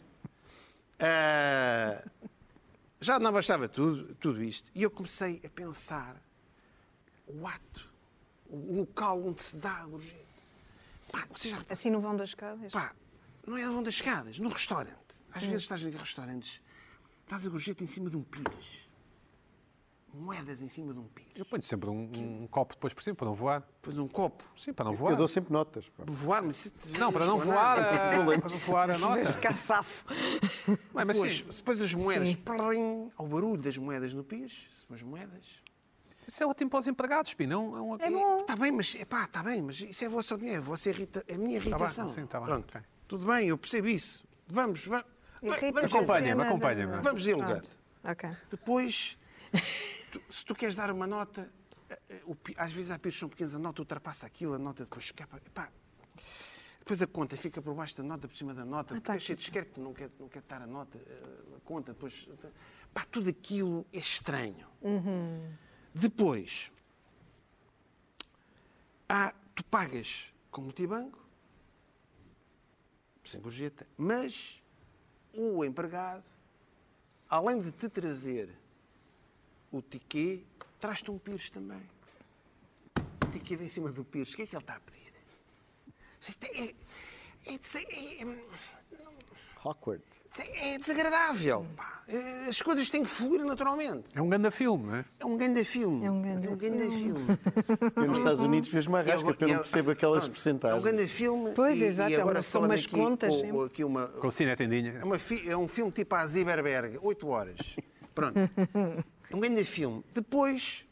Já não bastava tudo isto. E eu comecei a pensar o ato, o local onde se dá a gorjeta. Pá, vocês já Assim no vão das escadas? Pá, não é onde das escadas, no restaurante. Às vezes estás em restaurantes, estás a gorjeta em cima de um pires. Moedas em cima de um pires. Eu ponho sempre um copo depois por cima para não voar. Depois um copo. Sim, para não voar. Eu dou sempre notas. pá. Voar, mas isso Não, para não voar, para não voar a nota. Ficar safo. Mas Depois as moedas, Sim. plim, ao barulho das moedas no pires, se põe as moedas. isso é ótimo para os empregados, Pina. É bom. Está bem, mas isso é o vosso dinheiro, é a minha irritação. sim, tá bem, Pronto, ok. tudo bem, eu percebo isso. Vamos Irrita-te Acompanha-me, a cena acompanha-me. da- Vamos dialogando. Pronto. Ok. Depois, se tu queres dar uma nota, às vezes há pires que são pequenos, a nota ultrapassa aquilo, a nota depois escapa. Epá, depois a conta fica por baixo da nota, por cima da nota, tá é cheio de esquerdo, não quer dar a nota, a conta, depois. Pá, tudo aquilo é estranho. Depois, tu pagas com multibanco, sem gorjeta, mas o empregado, além de te trazer o tiquê, traz-te um pires também. O tiquê vem em cima do pires. O que é que ele está a pedir? Isto Awkward. é desagradável. Pá. As coisas têm que fluir naturalmente. É um grande filme, não é? É um grande filme. É um grande filme. Eu nos Estados Unidos vejo uma rasca, porque eu não percebo aquelas É um percentagens. grande filme. Pois, e exato, agora são falando umas aqui, contas, aqui uma, Com o Cine Tendinha. é um filme tipo a Zilberberg, 8 horas. Pronto. É um grande filme. Depois,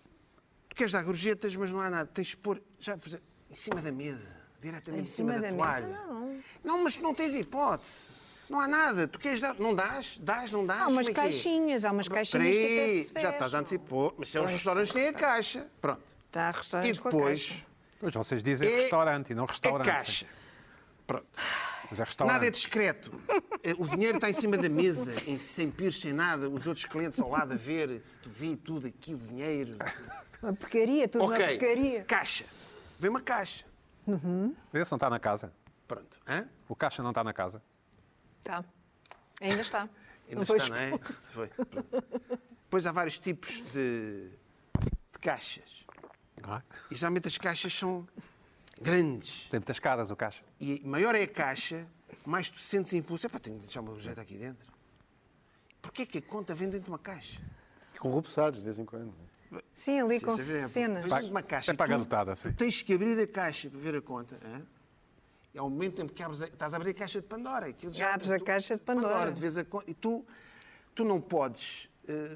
tu queres dar gorjetas, mas não há nada. Tens de pôr em cima da mesa, diretamente em cima da mesa, toalha. não. Não, mas não tens hipótese. Não há nada. Tu queres dar. Não dás? Dás, não dás? Há umas Como é que é? caixinhas, há umas caixinhas que até Peraí, se já estás a antecipar. Mas se é os restaurantes têm a caixa. Pronto. Está a E restaurantes com a depois, caixa. Pois vocês dizem É- restaurante e não é restaurante. caixa. Pronto. Mas é restaurante. Nada é discreto. O dinheiro está em cima da mesa, sem pires, sem nada. Os outros clientes ao lado a ver. Tu vê tudo aquilo, dinheiro. Uma porcaria, tudo uma Ok. porcaria. Caixa. Vem uma caixa. Esse não está na casa. Pronto. Hã? O caixa não está na casa. Tá. Ainda está. Ainda Não foi está, não é? Foi. Pronto. Depois há vários tipos de caixas. Não é? E geralmente as caixas são grandes. Tem muitas caras o caixa. E maior é a caixa, mais tu sentes impulso. Epá, tenho de deixar uma gorjeta aqui dentro. Porquê que a conta vem dentro de uma caixa? Corrupçados, de vez em quando. Sim, ali com Você vê, cenas. Vem dentro de uma caixa. É para a Tu- garotada, sim. Tu tens que abrir a caixa para ver a conta. Hã? E ao mesmo tempo que estás a abrir a caixa de Pandora. Aquilo Abres a caixa de Pandora. de vez a conta. E tu não podes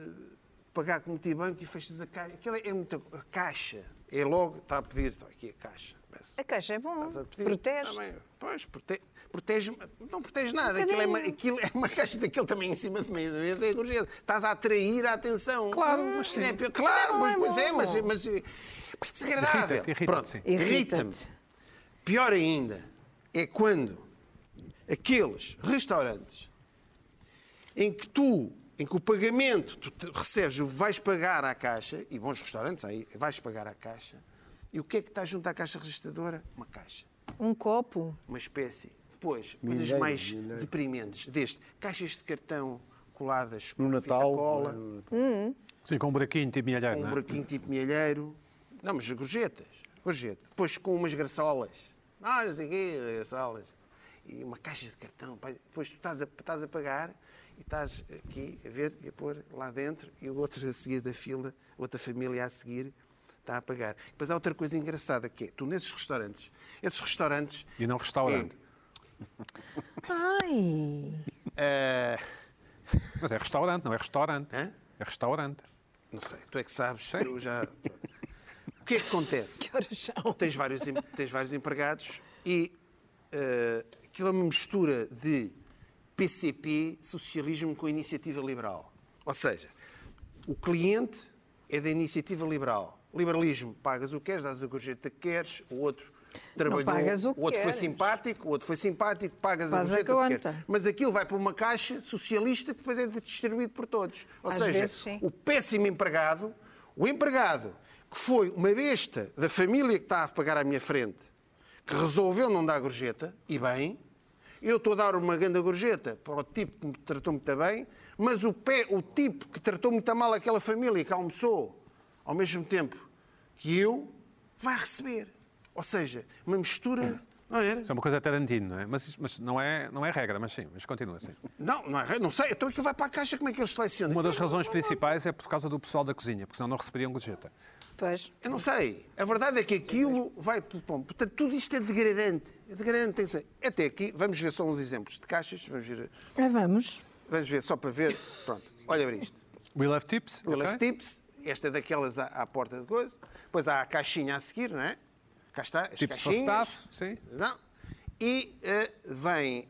pagar com multibanco e fechas a caixa. Aquilo é muita. A caixa. É logo, está a pedir. Está aqui a caixa. Peço. A caixa é bom. Estás a pedir. Protege. Tá bem. Pois, protege. Não protege nada. Aquilo é uma caixa daquele também em cima de mesa. É gorjeta. Estás a atrair a atenção. Claro, mas sim. Claro, mas pois é, bom. mas é desagradável. Irrita-te, Pronto, sim. irrita-me. Pior ainda é quando aqueles restaurantes em que o pagamento, recebes, vais pagar à caixa, e bons restaurantes aí, vais pagar à caixa, e o que é que está junto à caixa registradora? Uma caixa. Um copo. Uma espécie. Depois, coisas Milheiro, mais milheiro. deprimentes, caixas de cartão coladas com No fita Natal. cola, Sim, com um buraquinho tipo milheiro, com um não é? buraquinho tipo milheiro. Não, mas gorjeta. Depois com umas graçolas. Não sei o quê, graçolas. E uma caixa de cartão. Depois tu estás a pagar e estás aqui a ver e a pôr lá dentro e o outro a seguir da fila, outra família a seguir, está a pagar. Depois há outra coisa engraçada que é, tu nesses restaurantes, esses restaurantes... E não restaurante. Ai! Mas é restaurante, não é restaurante. Hã? É restaurante. Não sei, tu é que sabes, Sim. eu já... pronto. O que é que acontece? Que horas são? Tens vários empregados e Aquilo é uma mistura de PCP, socialismo, com iniciativa liberal. Ou seja, o cliente é da iniciativa liberal. Liberalismo, pagas o que queres, dás a gorjeta que queres, o outro trabalhou, pagas o que o outro foi queres. simpático, o outro foi simpático, pagas a Faz a gorjeta que conta. queres. Mas aquilo vai para uma caixa socialista que depois é distribuído por todos. Ou Às seja, vezes, sim. o péssimo empregado, o empregado que foi uma besta da família que está a pagar à minha frente, que resolveu não dar gorjeta, e bem, eu estou a dar uma grande gorjeta para o tipo que me tratou muito bem, mas o tipo que tratou muito mal aquela família que almoçou ao mesmo tempo que eu, vai receber. Ou seja, uma mistura, não é? Isso é uma coisa Tarantino, não é? Mas não é regra, mas sim, mas continua assim. Não é, não sei, então aquilo vai para a caixa, como é que eles selecionam? Uma das razões principais é por causa do pessoal da cozinha, porque senão não receberiam gorjeta. Pois. Eu não sei. A verdade é que aquilo vai tudo para. Portanto, tudo isto é degradante. É degradante, tem que ser. Até aqui, vamos ver só uns exemplos de caixas. Vamos ver só para ver. Pronto, olha para isto. We'll have tips. We'll have ok? tips. Esta é daquelas à porta de coisa. Depois há a caixinha a seguir, não é? Cá está, as Tips for caixinhas. staff, sim. Não. E vem.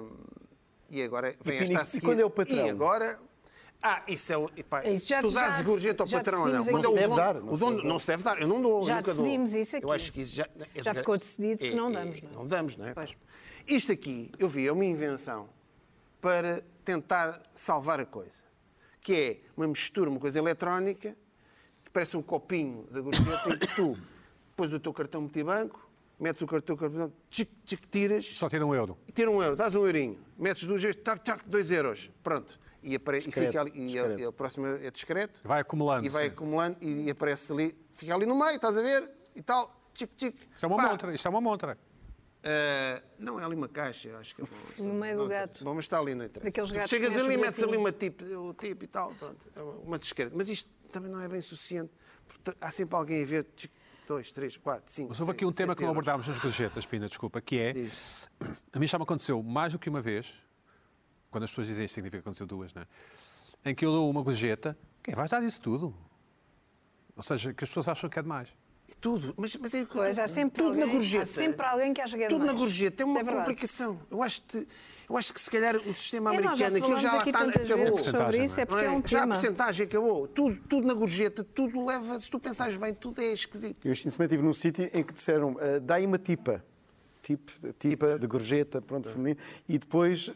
E agora vem E esta a seguir. quando é o patrão? E agora. Isso é o. Epá, Isso já- tu dás já- gorjeta ao já patrão ou não? decidimos Quando aqui. é o Não se deve dono- dar, o dono não se deve dar. Eu não dou. Já nunca dou. decidimos isso aqui. Eu acho que isso já. Já ficou decidido que não damos, não é? Não damos, não é? Pois. Isto aqui, eu vi, é uma invenção para tentar salvar a coisa. Que é uma mistura, uma coisa eletrónica, que parece um copinho da gorjeta em que tu pões o teu cartão multibanco, metes o cartão, tiras, Só tira €1. e tira €1, dás €1. Metes 2 vezes, €2. Pronto. E, e fica ali, Discreto. a próxima é discreto. Vai acumulando. E vai sim. acumulando e aparece ali, fica ali no meio, estás a ver? E tal, Isto é uma Pá, montra. Isto é uma montra. não, é ali uma caixa, eu acho que é No meio do gato. Bom, mas está ali, não interessa. Daqueles Tu gatos chegas que mexem ali e por metes cima. ali o tipo e tal, pronto, é uma discreta. Mas isto também não é bem suficiente, porque há sempre alguém a ver, 2, 3, 4, 5, Mas houve aqui um tema que não abordámos nas gorjetas, Pina, desculpa, que é... Diz. A mim já me aconteceu mais do que uma vez, quando as pessoas dizem isto, significa que aconteceu duas, não é? Em que eu dou uma gorjeta, que vais dar isso tudo. Ou seja, que as pessoas acham que é demais. Tudo, mas é que Pois, há sempre tudo na alguém- gorjeta. há sempre alguém que acha que é Tudo na demais. gorjeta é Isso uma é verdade. complicação. Eu acho que se calhar o sistema Nós já americano, aquilo falamos já lá aqui está, tantas acabou. vezes sobre Percentagem, isso, é não porque é um Já a tema. percentagem acabou. Tudo na gorjeta, tudo leva, se tu pensares bem, tudo é esquisito. Eu este fim de semana estive num sítio em que disseram dá aí uma tipa. Tipa de gorjeta, pronto, feminino. E depois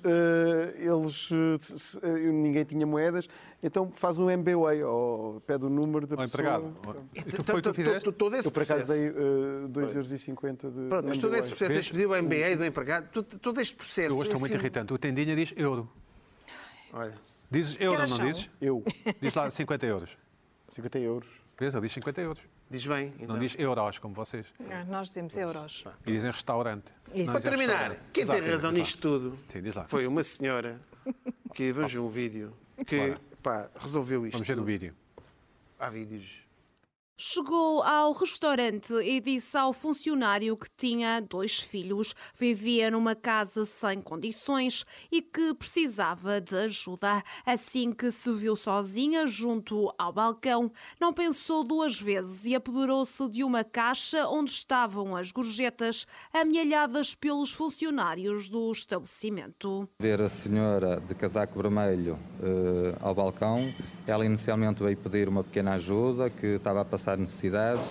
ninguém tinha moedas, então faz um MBWay, ou pede o número da Ao pessoa. empregado. E tu foi o que tu fizeste? Todo esse Eu por acaso processo. dei 2,50 € de Pronto, mas todo esse MBWay. processo, tens de pedir o MBA do empregado, todo este processo. Eu hoje estou muito assim, irritante. O tendinha diz euro. Olha, Dizes euro, horas não são? dizes? Eu, Diz lá 50 euros. 50 €. Vês? Ele diz 50 euros. diz bem. Então. Não diz euros, como vocês. Nós dizemos euros. E dizem restaurante. Isso. Não Para dizem terminar, restaurante. quem Diz lá, tem razão diz lá. nisto tudo Sim, diz lá. foi uma senhora que, vamos ver um vídeo, que pá, resolveu isto. Vamos ver o vídeo. Há vídeos. Chegou ao restaurante e disse ao funcionário que tinha 2 filhos, vivia numa casa sem condições e que precisava de ajuda. Assim que se viu sozinha junto ao balcão, não pensou 2 vezes e apoderou-se de uma caixa onde estavam as gorjetas amealhadas pelos funcionários do estabelecimento. Ver a senhora de casaco vermelho ao balcão, ela inicialmente veio pedir uma pequena ajuda, que estava a passar necessidades.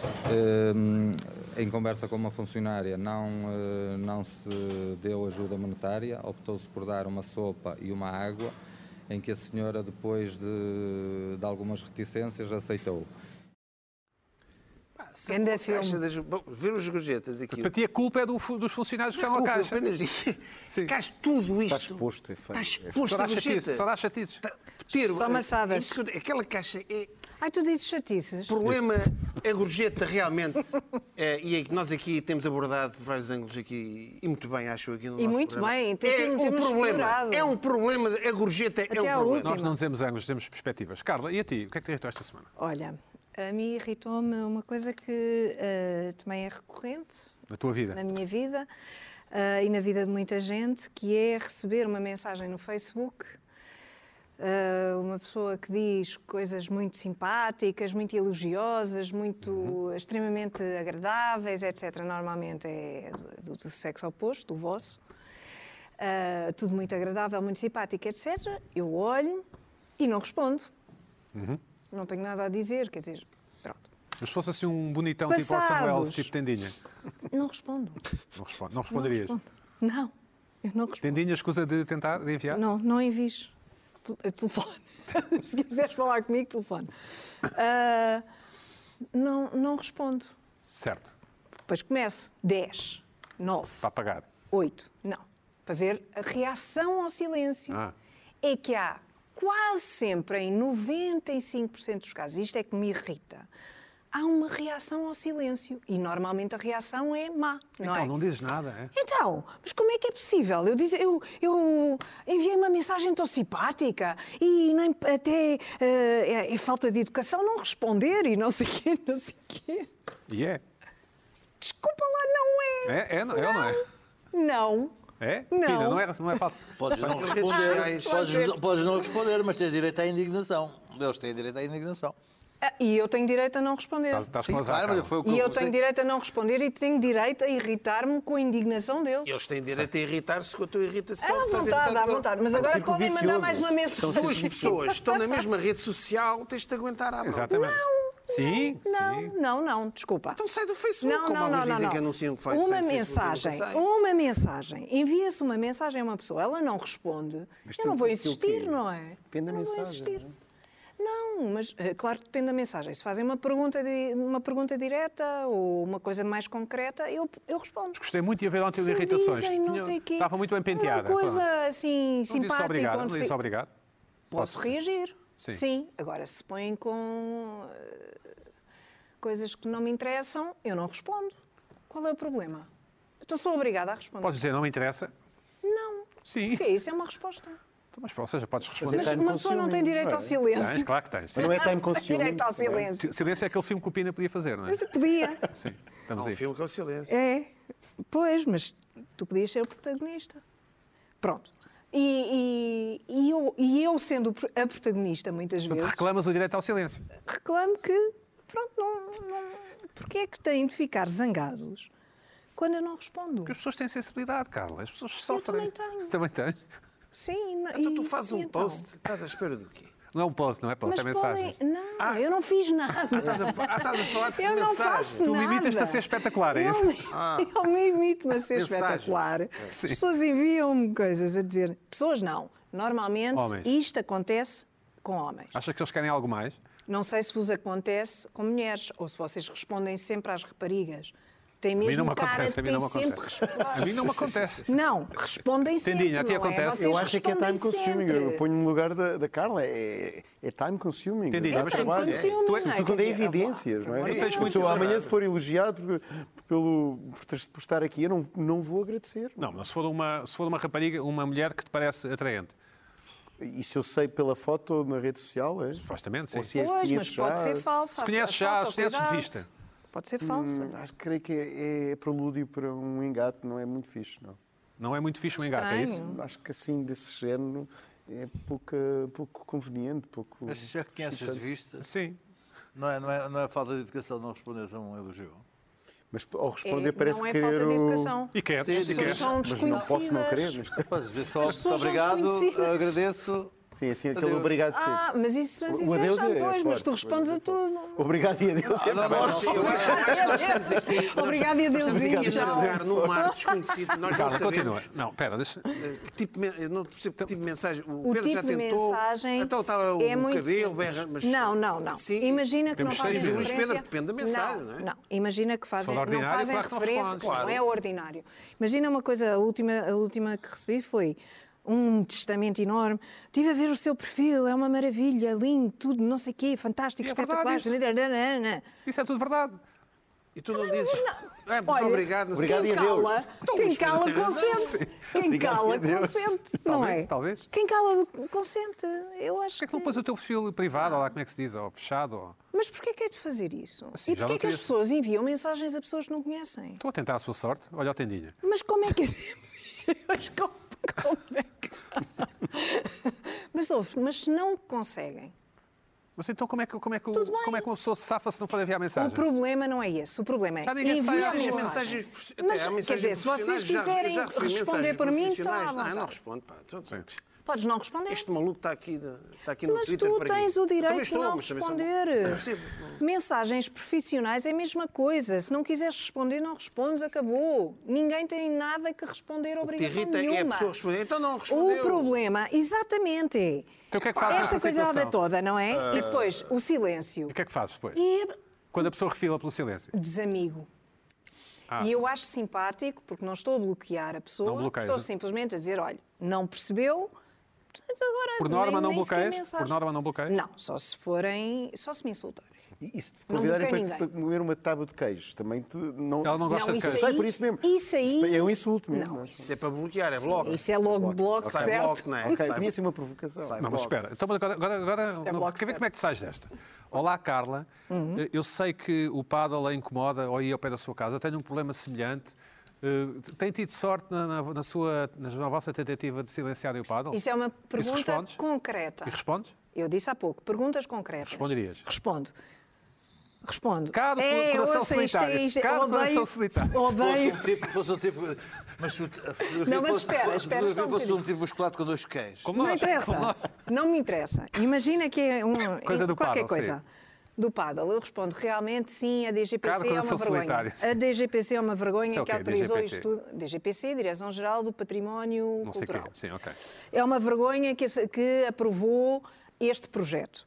Em conversa com uma funcionária não se deu ajuda monetária, optou-se por dar uma sopa e uma água, em que a senhora, depois de algumas reticências, aceitou. Ganda filme. Bom, ver os gorjetas aqui. Para ti a culpa é dos funcionários que estão na caixa. apenas disso. Sim. Cais tudo isto. Está exposto, é feio. Está exposto Só a dá chatices. gorjeta. Só dá chatices. Só maçadas. Aquela caixa é... Ai, tu dizes chatices. O problema, a gorjeta realmente, e é que nós aqui temos abordado por vários ângulos aqui, e muito bem, acho aqui no E nosso muito programa. bem, É temos um problema, explorado. é um problema, a gorjeta é Até um à problema. última. Nós não dizemos ângulos, dizemos perspectivas. Carla, e a ti? O que é que te irritou esta semana? Olha, a mim irritou-me uma coisa que também é recorrente Na tua vida? na minha vida e na vida de muita gente, que é receber uma mensagem no Facebook, uma pessoa que diz coisas muito simpáticas, muito elogiosas, muito extremamente agradáveis, etc. Normalmente é do sexo oposto, do vosso. tudo muito agradável, muito simpático, etc. Eu olho e não respondo. Não tenho nada a dizer, quer dizer, pronto. Mas se fosse assim um bonitão tipo Orson Welles, tipo Tendinha, Não respondo. não responderias? Não, eu não respondo. Tendinha, escusa de tentar, de enviar? Não envies. Telefone. Se quiseres falar comigo, telefone. Não respondo. Certo, Depois começo. 10, 9, para apagar. 8. Não. Para ver a reação ao silêncio. É que há quase sempre, em 95% dos casos, isto é que me irrita, há uma reação ao silêncio. E normalmente a reação é má, não Então, é? não dizes nada, é? Então, mas como é que é possível? Eu enviei uma mensagem tão simpática e nem, até é falta de educação não responder e não sei o quê. E é? Desculpa lá, não é. É ou não é? Não. É? Não. Pina, não é falso. Podes não responder, podes não responder, mas tens direito à indignação. Eles têm direito à indignação. E eu tenho direito a não responder. Estás com Sim, azar, claro, Carla. mas foi o que E eu comecei. tenho direito a não responder e tenho direito a irritar-me com a indignação deles. Eles têm direito a irritar-se com a tua irritação. À Estás vontade, à irritado. vontade. Mas agora círculo podem mandar vicioso. mais uma mensagem. Duas pessoas que estão na mesma rede social, tens de aguentar à bronca. Exatamente. Sim, sim. Não, desculpa. Então sai do Facebook, Não, como não, alguns não, dizem não. que anunciam que vai Uma sair do Facebook, mensagem, nunca sai. uma mensagem. Envia-se uma mensagem a uma pessoa, ela não responde. Mas Eu não vou isso o quê? insistir, não é? Depende da Eu não vou mensagem, insistir. Não, mas claro que depende da mensagem. Se fazem uma pergunta direta ou uma coisa mais concreta, eu respondo. Gostei muito de haver ontem Se irritações. dizem não sei quê, Estava muito bem penteada. Uma coisa Pronto. assim Não disse simpática. obrigado, onde não se- disse obrigado. Posso reagir. Sim. Agora, se põem com coisas que não me interessam, eu não respondo. Qual é o problema? Então sou obrigada a responder. Podes dizer, não me interessa. Não. Sim. O que é isso? É uma resposta. Mas, ou seja, podes responder. Mas time uma pessoa não tem consuming, direito ao não é? silêncio. Tens, claro que tens. Mas não é time Tem consuming. direito ao silêncio. Silêncio é aquele filme que o Pina podia fazer, não é? Mas eu podia. Sim, Há estamos um aí. filme que é o silêncio. É. Pois, mas tu podias ser o protagonista. Pronto. E eu sendo a protagonista, muitas Portanto, vezes, reclamas o direito ao silêncio. reclamo que, pronto, porque é que têm de ficar zangados quando eu não respondo? Porque as pessoas têm sensibilidade, Carla. As pessoas sofrem. também tenho. Também tens. Sim. Então tu fazes um então? post, estás à espera do quê? Não é um post, não é post, Mas é mensagem. podem... Não, eu não fiz nada. Estás a falar de Eu não mensagem. faço Tu nada. limitas-te a ser espetacular, é isso? Eu me imito-me a ser Mensagem. espetacular. Sim. As pessoas enviam-me coisas a dizer... Pessoas não. Normalmente Homens. isto acontece com homens. Achas que eles querem algo mais? Não sei se vos acontece com mulheres ou se vocês respondem sempre às raparigas. Tem mesmo não me cara acontece, de a mim não me quem sempre acontece. responde. A mim não me acontece. Não, respondem sempre. Tendinha, a ti não é? acontece? Vocês Eu acho que é time respondem consuming. sempre. Eu ponho-me no lugar da Carla. É time consuming. Entendi. Dá Mas trabalho. time consuming, não é? Sobretudo quando Quer é dizer, evidências, não é? agora tens muito Amanhã, cuidado. se for elogiado por estar aqui, eu não vou agradecer. Não, mas se for uma rapariga, uma mulher que te parece atraente. E se eu sei pela foto na rede social, é? Supostamente, Ou sim. se as Pois, conheço mas pode já. ser falsa. Se conheces já, se conheces de cuidado. vista. Pode ser falsa. Acho que creio que é prelúdio para um engate, não é muito fixe, não. Não é muito fixe um engate, é isso? Estranho. Acho que assim, desse género, é pouco conveniente, pouco... Mas já que conheces de vista, Sim. não é falta de educação não responderes a um elogio. Mas ao responder parece não é querer... falta de educação. E queres? Sim, E As pessoas queres? são Mas não desconhecidas. posso não querer. Mas... Podes dizer só As muito pessoas são obrigado, desconhecidas. agradeço. Sim, assim, aquele Adeus. obrigado sempre. Mas isso O adeus já é depois, mas forte. tu respondes a tudo. Obrigado e adeus. É Eu acho que nós estamos aqui. Obrigado e Nós estamos adeusinho, aqui a tchau. navegar num mar desconhecido. Nós Carla, não continua. sabemos Não, espera, deixa. que tipo, eu não percebo que tipo de mensagem. O O Pedro já tipo de tentou. mensagem Então estava o é muito cabelo, simples. bem, mas. Não. Sim. Imagina que não Temos fazem 6 minutos. referência... Pedro, depende da mensagem, não é? Não, imagina que fazem, Se for não ordinário, fazem claro que não referência, respondes. não é ordinário. Imagina uma coisa, a última que recebi foi um testamento enorme. Estive a ver o seu perfil, é uma maravilha, lindo, tudo, não sei o quê, fantástico, E é verdade espetacular. Isso é tudo verdade. E tu não dizes. Muito Olha, obrigado. não sei obrigado o quê. e adeus. Cala, Então, quem Luís Pedro cala tem razão. consente. Quem Obrigado cala e adeus. consente, não é? Talvez. Quem cala consente. Eu acho Porquê é que não pões o teu perfil privado, ou lá como é que se diz, ou fechado? Ou... Mas porquê que é de fazer isso? Sim, E já porquê não que as terias- pessoas enviam mensagens a pessoas que não conhecem? Estou a tentar a sua sorte. Olha o Tendinha. Mas como é que Mas como é que... Mas se não conseguem, Mas então como é que uma pessoa se safa se não for enviar mensagem? O problema não é esse. O problema é Já ninguém sai enviar às Seja mensagem. mensagens. Mas, Até há mensagens quer dizer, se vocês profissionais, quiserem já recebi responder mensagens por mim, profissionais. está à Não, não vontade. respondo. Pá. Podes não responder. Este maluco está aqui no Mas Twitter tu para tens mim. o direito Também de não mas também sou- responder. Percebo. Mensagens profissionais é a mesma coisa. Se não quiseres responder, não respondes, acabou. Ninguém tem nada que responder, O que te obrigação irrita é a nenhuma. pessoa responder. Então não O respondeu. problema, exatamente, é Então o que é que faz esta nessa coisa situação? toda, não é? E depois, o silêncio. E o que é que fazes depois? E Quando a pessoa refila pelo silêncio? desamigo. Ah. E eu acho simpático, porque não estou a bloquear a pessoa, Não bloqueias, estou não? simplesmente a dizer, olha, não percebeu, portanto agora Por norma não nem sequer bloqueias? mensagem. Por norma não bloqueias? Não, só se me insultarem. E se te Não convidarem bloqueei para ninguém. comer uma tábua de queijo, também não... Ela não gosta Não, de isso queijo. Sei, por isso mesmo. Isso aí... É um insulto mesmo. Não, Isso é para bloquear, é bloco. Isso é logo bloco, Sai certo? bloco, não é? Ok, Sai- tinha assim uma provocação. sai Não, mas bloco. espera. Então, agora é bloco quer ver certo. como é que tu sais desta? Olá, Carla. Eu sei que o paddle a incomoda ou ir ao pé da sua casa. Eu tenho um problema semelhante. Tem tido sorte na vossa tentativa de silenciar o paddle? Isso é uma pergunta respondes? concreta. E respondes? Eu disse há pouco, perguntas concretas. Responderias? Respondo. Caro coração ouça, isto solitário. é isto, Caro odeio- coração solitário. Odeio. Fosse um tipo. Mas se Não, mas espera só um fosse um bocadinho. tipo musculado com 2 queijos. Como Não nós, interessa. como nós. Não me interessa. Imagina que é Coisa do qualquer paddle, coisa. sim. Do paddle. Eu respondo, realmente, sim, a Cara, DGPC é coração uma vergonha. solitário, sim. A DGPC é uma vergonha Isso é o que quê, autorizou DGPT? isto tudo. DGPC, Direção-Geral do Património Não sei o quê. Cultural. Sim, ok. É uma vergonha que aprovou este projeto.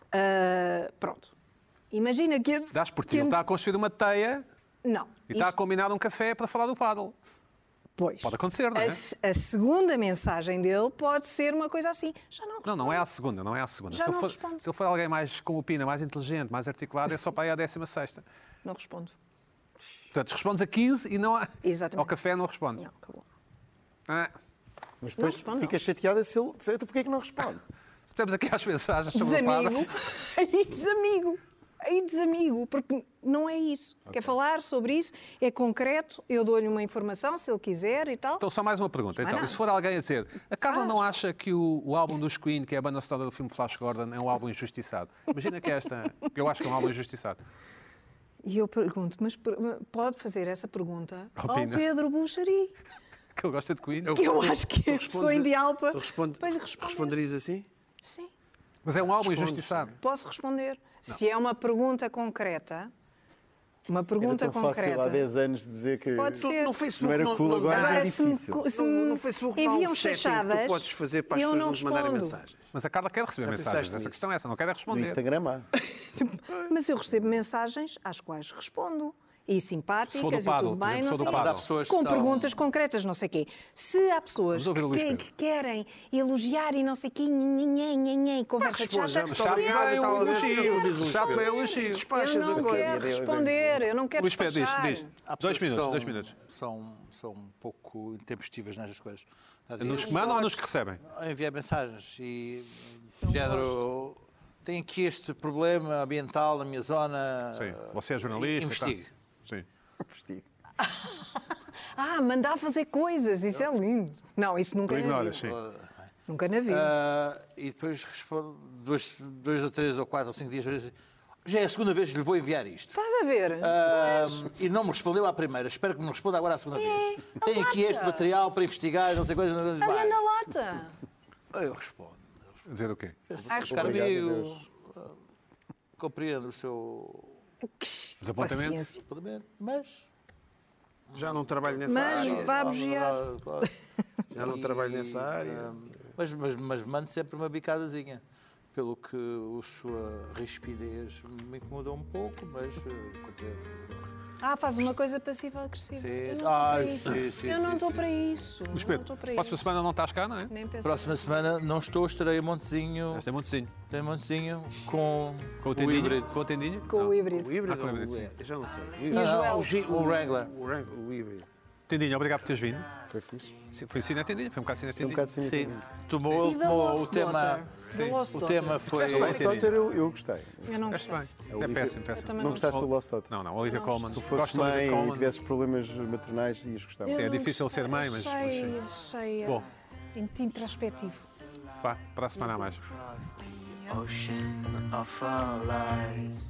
Pronto. Imagina que... Dás por ti. Ele está a construir uma teia Não. e está a Isto- combinar um café para falar do paddle. Pois. Pode acontecer, não é? A segunda mensagem dele pode ser uma coisa assim. Já não Não, não é à segunda, não é à segunda. Já Se ele não for, responde. se ele for alguém mais com opina, mais inteligente, mais articulado, é só para ir à 16ª. Não respondo. Portanto, respondes a 15 e não a... Exatamente. ao café não respondes. Não, acabou. Ah, Mas depois responde, fica chateada se ele... Então porquê é que não responde? estamos aqui às mensagens sobre o paddle. Desamigo. Aí desamigo. Aí desamigo. Porque não é isso. Quer falar sobre isso? É concreto. Eu dou-lhe uma informação, se ele quiser e tal. Então, só mais uma pergunta. Então, nada. e se for alguém a dizer, a Carla não acha que o álbum dos Queen, que é a banda sonora do filme Flash Gordon, é um álbum injustiçado? Imagina que é esta, que eu acho que é um álbum injustiçado. E eu pergunto, mas pode fazer essa pergunta ao Opina. Pedro Buxari, Que ele gosta de Queen. que eu acho que é a Tu pessoa ideal para, tu para lhe responder. responderias assim? Sim. Mas é um álbum Respondes. injustiçado. Posso responder. Se é uma pergunta concreta, uma pergunta Era tão fácil concreta, há 10 anos dizer que... pode ser. No Facebook Não era cool, agora Agora, é se me, difícil. se me No Facebook não há enviam um setting que chachadas, tu podes fazer para as eu pessoas não nos mandarem respondo. mensagens. Mas a Carla quer receber Já mensagens. pensaste Essa nisso? questão é essa, não quer é No responder. Instagram há. Mas eu recebo mensagens às quais respondo. E Se for do simpáticas e paddle, tudo por bem, exemplo, não se for sei do o quê. Mas há paddle. pessoas que Com são- perguntas concretas, não sei o quê. Se há pessoas Vamos ouvir o Luís que Pedro. querem elogiar e não sei o quê, nhanhanhanhan, conversa Responde, já chata, muito Chato obrigado bem e tal. o elogio. Diz o Chato bem o Pedro. elogio. eu Despachas a não coisa. quero responder, eu não quero Luís Pedro, despachar. diz. Há 2 pessoas minutos, que 2 minutos. São um pouco intempestivas nestas coisas. Nos que mandam ou nos que recebem? Enviar mensagens e género. Tem aqui este problema ambiental na minha zona. Sim. Você é jornalista. Investigue. Tá? Sim. Vestido. Mandar fazer coisas, isso é lindo. Não, isso nunca Tu na ignoras, vida. sim. Nunca na vida. E depois respondo 2 ou 3 ou 4 ou 5 dias. Já é a segunda vez que lhe vou enviar isto. Estás a ver? E não me respondeu à primeira. Espero que me responda agora à segunda vez. a Tem aqui lata. este material para investigar, não sei coisas. Olha na lata. Eu respondo. Dizer o quê? Caro Obrigado, amigo, Deus. compreendo o seu Os apontamentos? Paciência. apontamento, mas... Já não trabalho nessa Mas área. vá bugiar. Já não trabalho nessa área. Mas mando sempre uma bicadazinha. Pelo que a sua rispidez me incomodou um pouco, mas compreendo. Faz uma coisa passiva-agressiva. Sim. Eu não estou para Sim, isso. sim, Eu não sim, estou sim. para isso. Luís Eu não estou Pedro, para próxima isso. semana não estás cá, não é? Nem pensar. Próxima semana não estou, estarei em Montezinho. Este é Montezinho. Tem Montezinho com Com o o tendinho? híbrido. Com o tendinho? Com o híbrido. O híbrido, com o híbrido, sim. eu já não sei. E o Joel? O Wrangler. O híbrido. Tendinho, obrigado por teres vindo. Foi fixe. Foi cine Tendinho? Foi um bocado cine Foi um Tendinho? bocado Sim, assim. tomou E da o Lost tema. Daughter? Da Lost O Daughter? tema foi. Estiveste bem, Lost Daughter eu gostei. Eu não Estiveste gostei. bem. É Olivia- péssimo, péssimo. também Não gostaste do Lost Daughter? Não, Olivia Colman. Se tu fosses Gosto da Olivia mãe e Colman. tivesses problemas maternais, ias gostar. Sim, é Eu não difícil gostei, ser mãe, mas Achei Bom. introspectivo. Pá, para a semana a mais. ocean of our lives.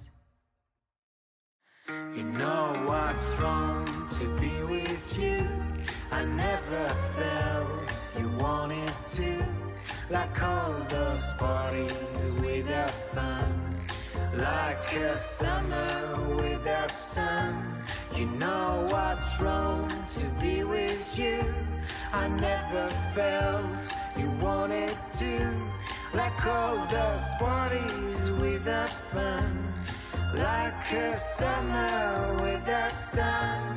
You know what's wrong to be with you. I never felt you wanted to. Like all those parties without fun. Like a summer without sun. You know what's wrong to be with you. I never felt you wanted to. Like all those parties without fun. Like a summer without sun.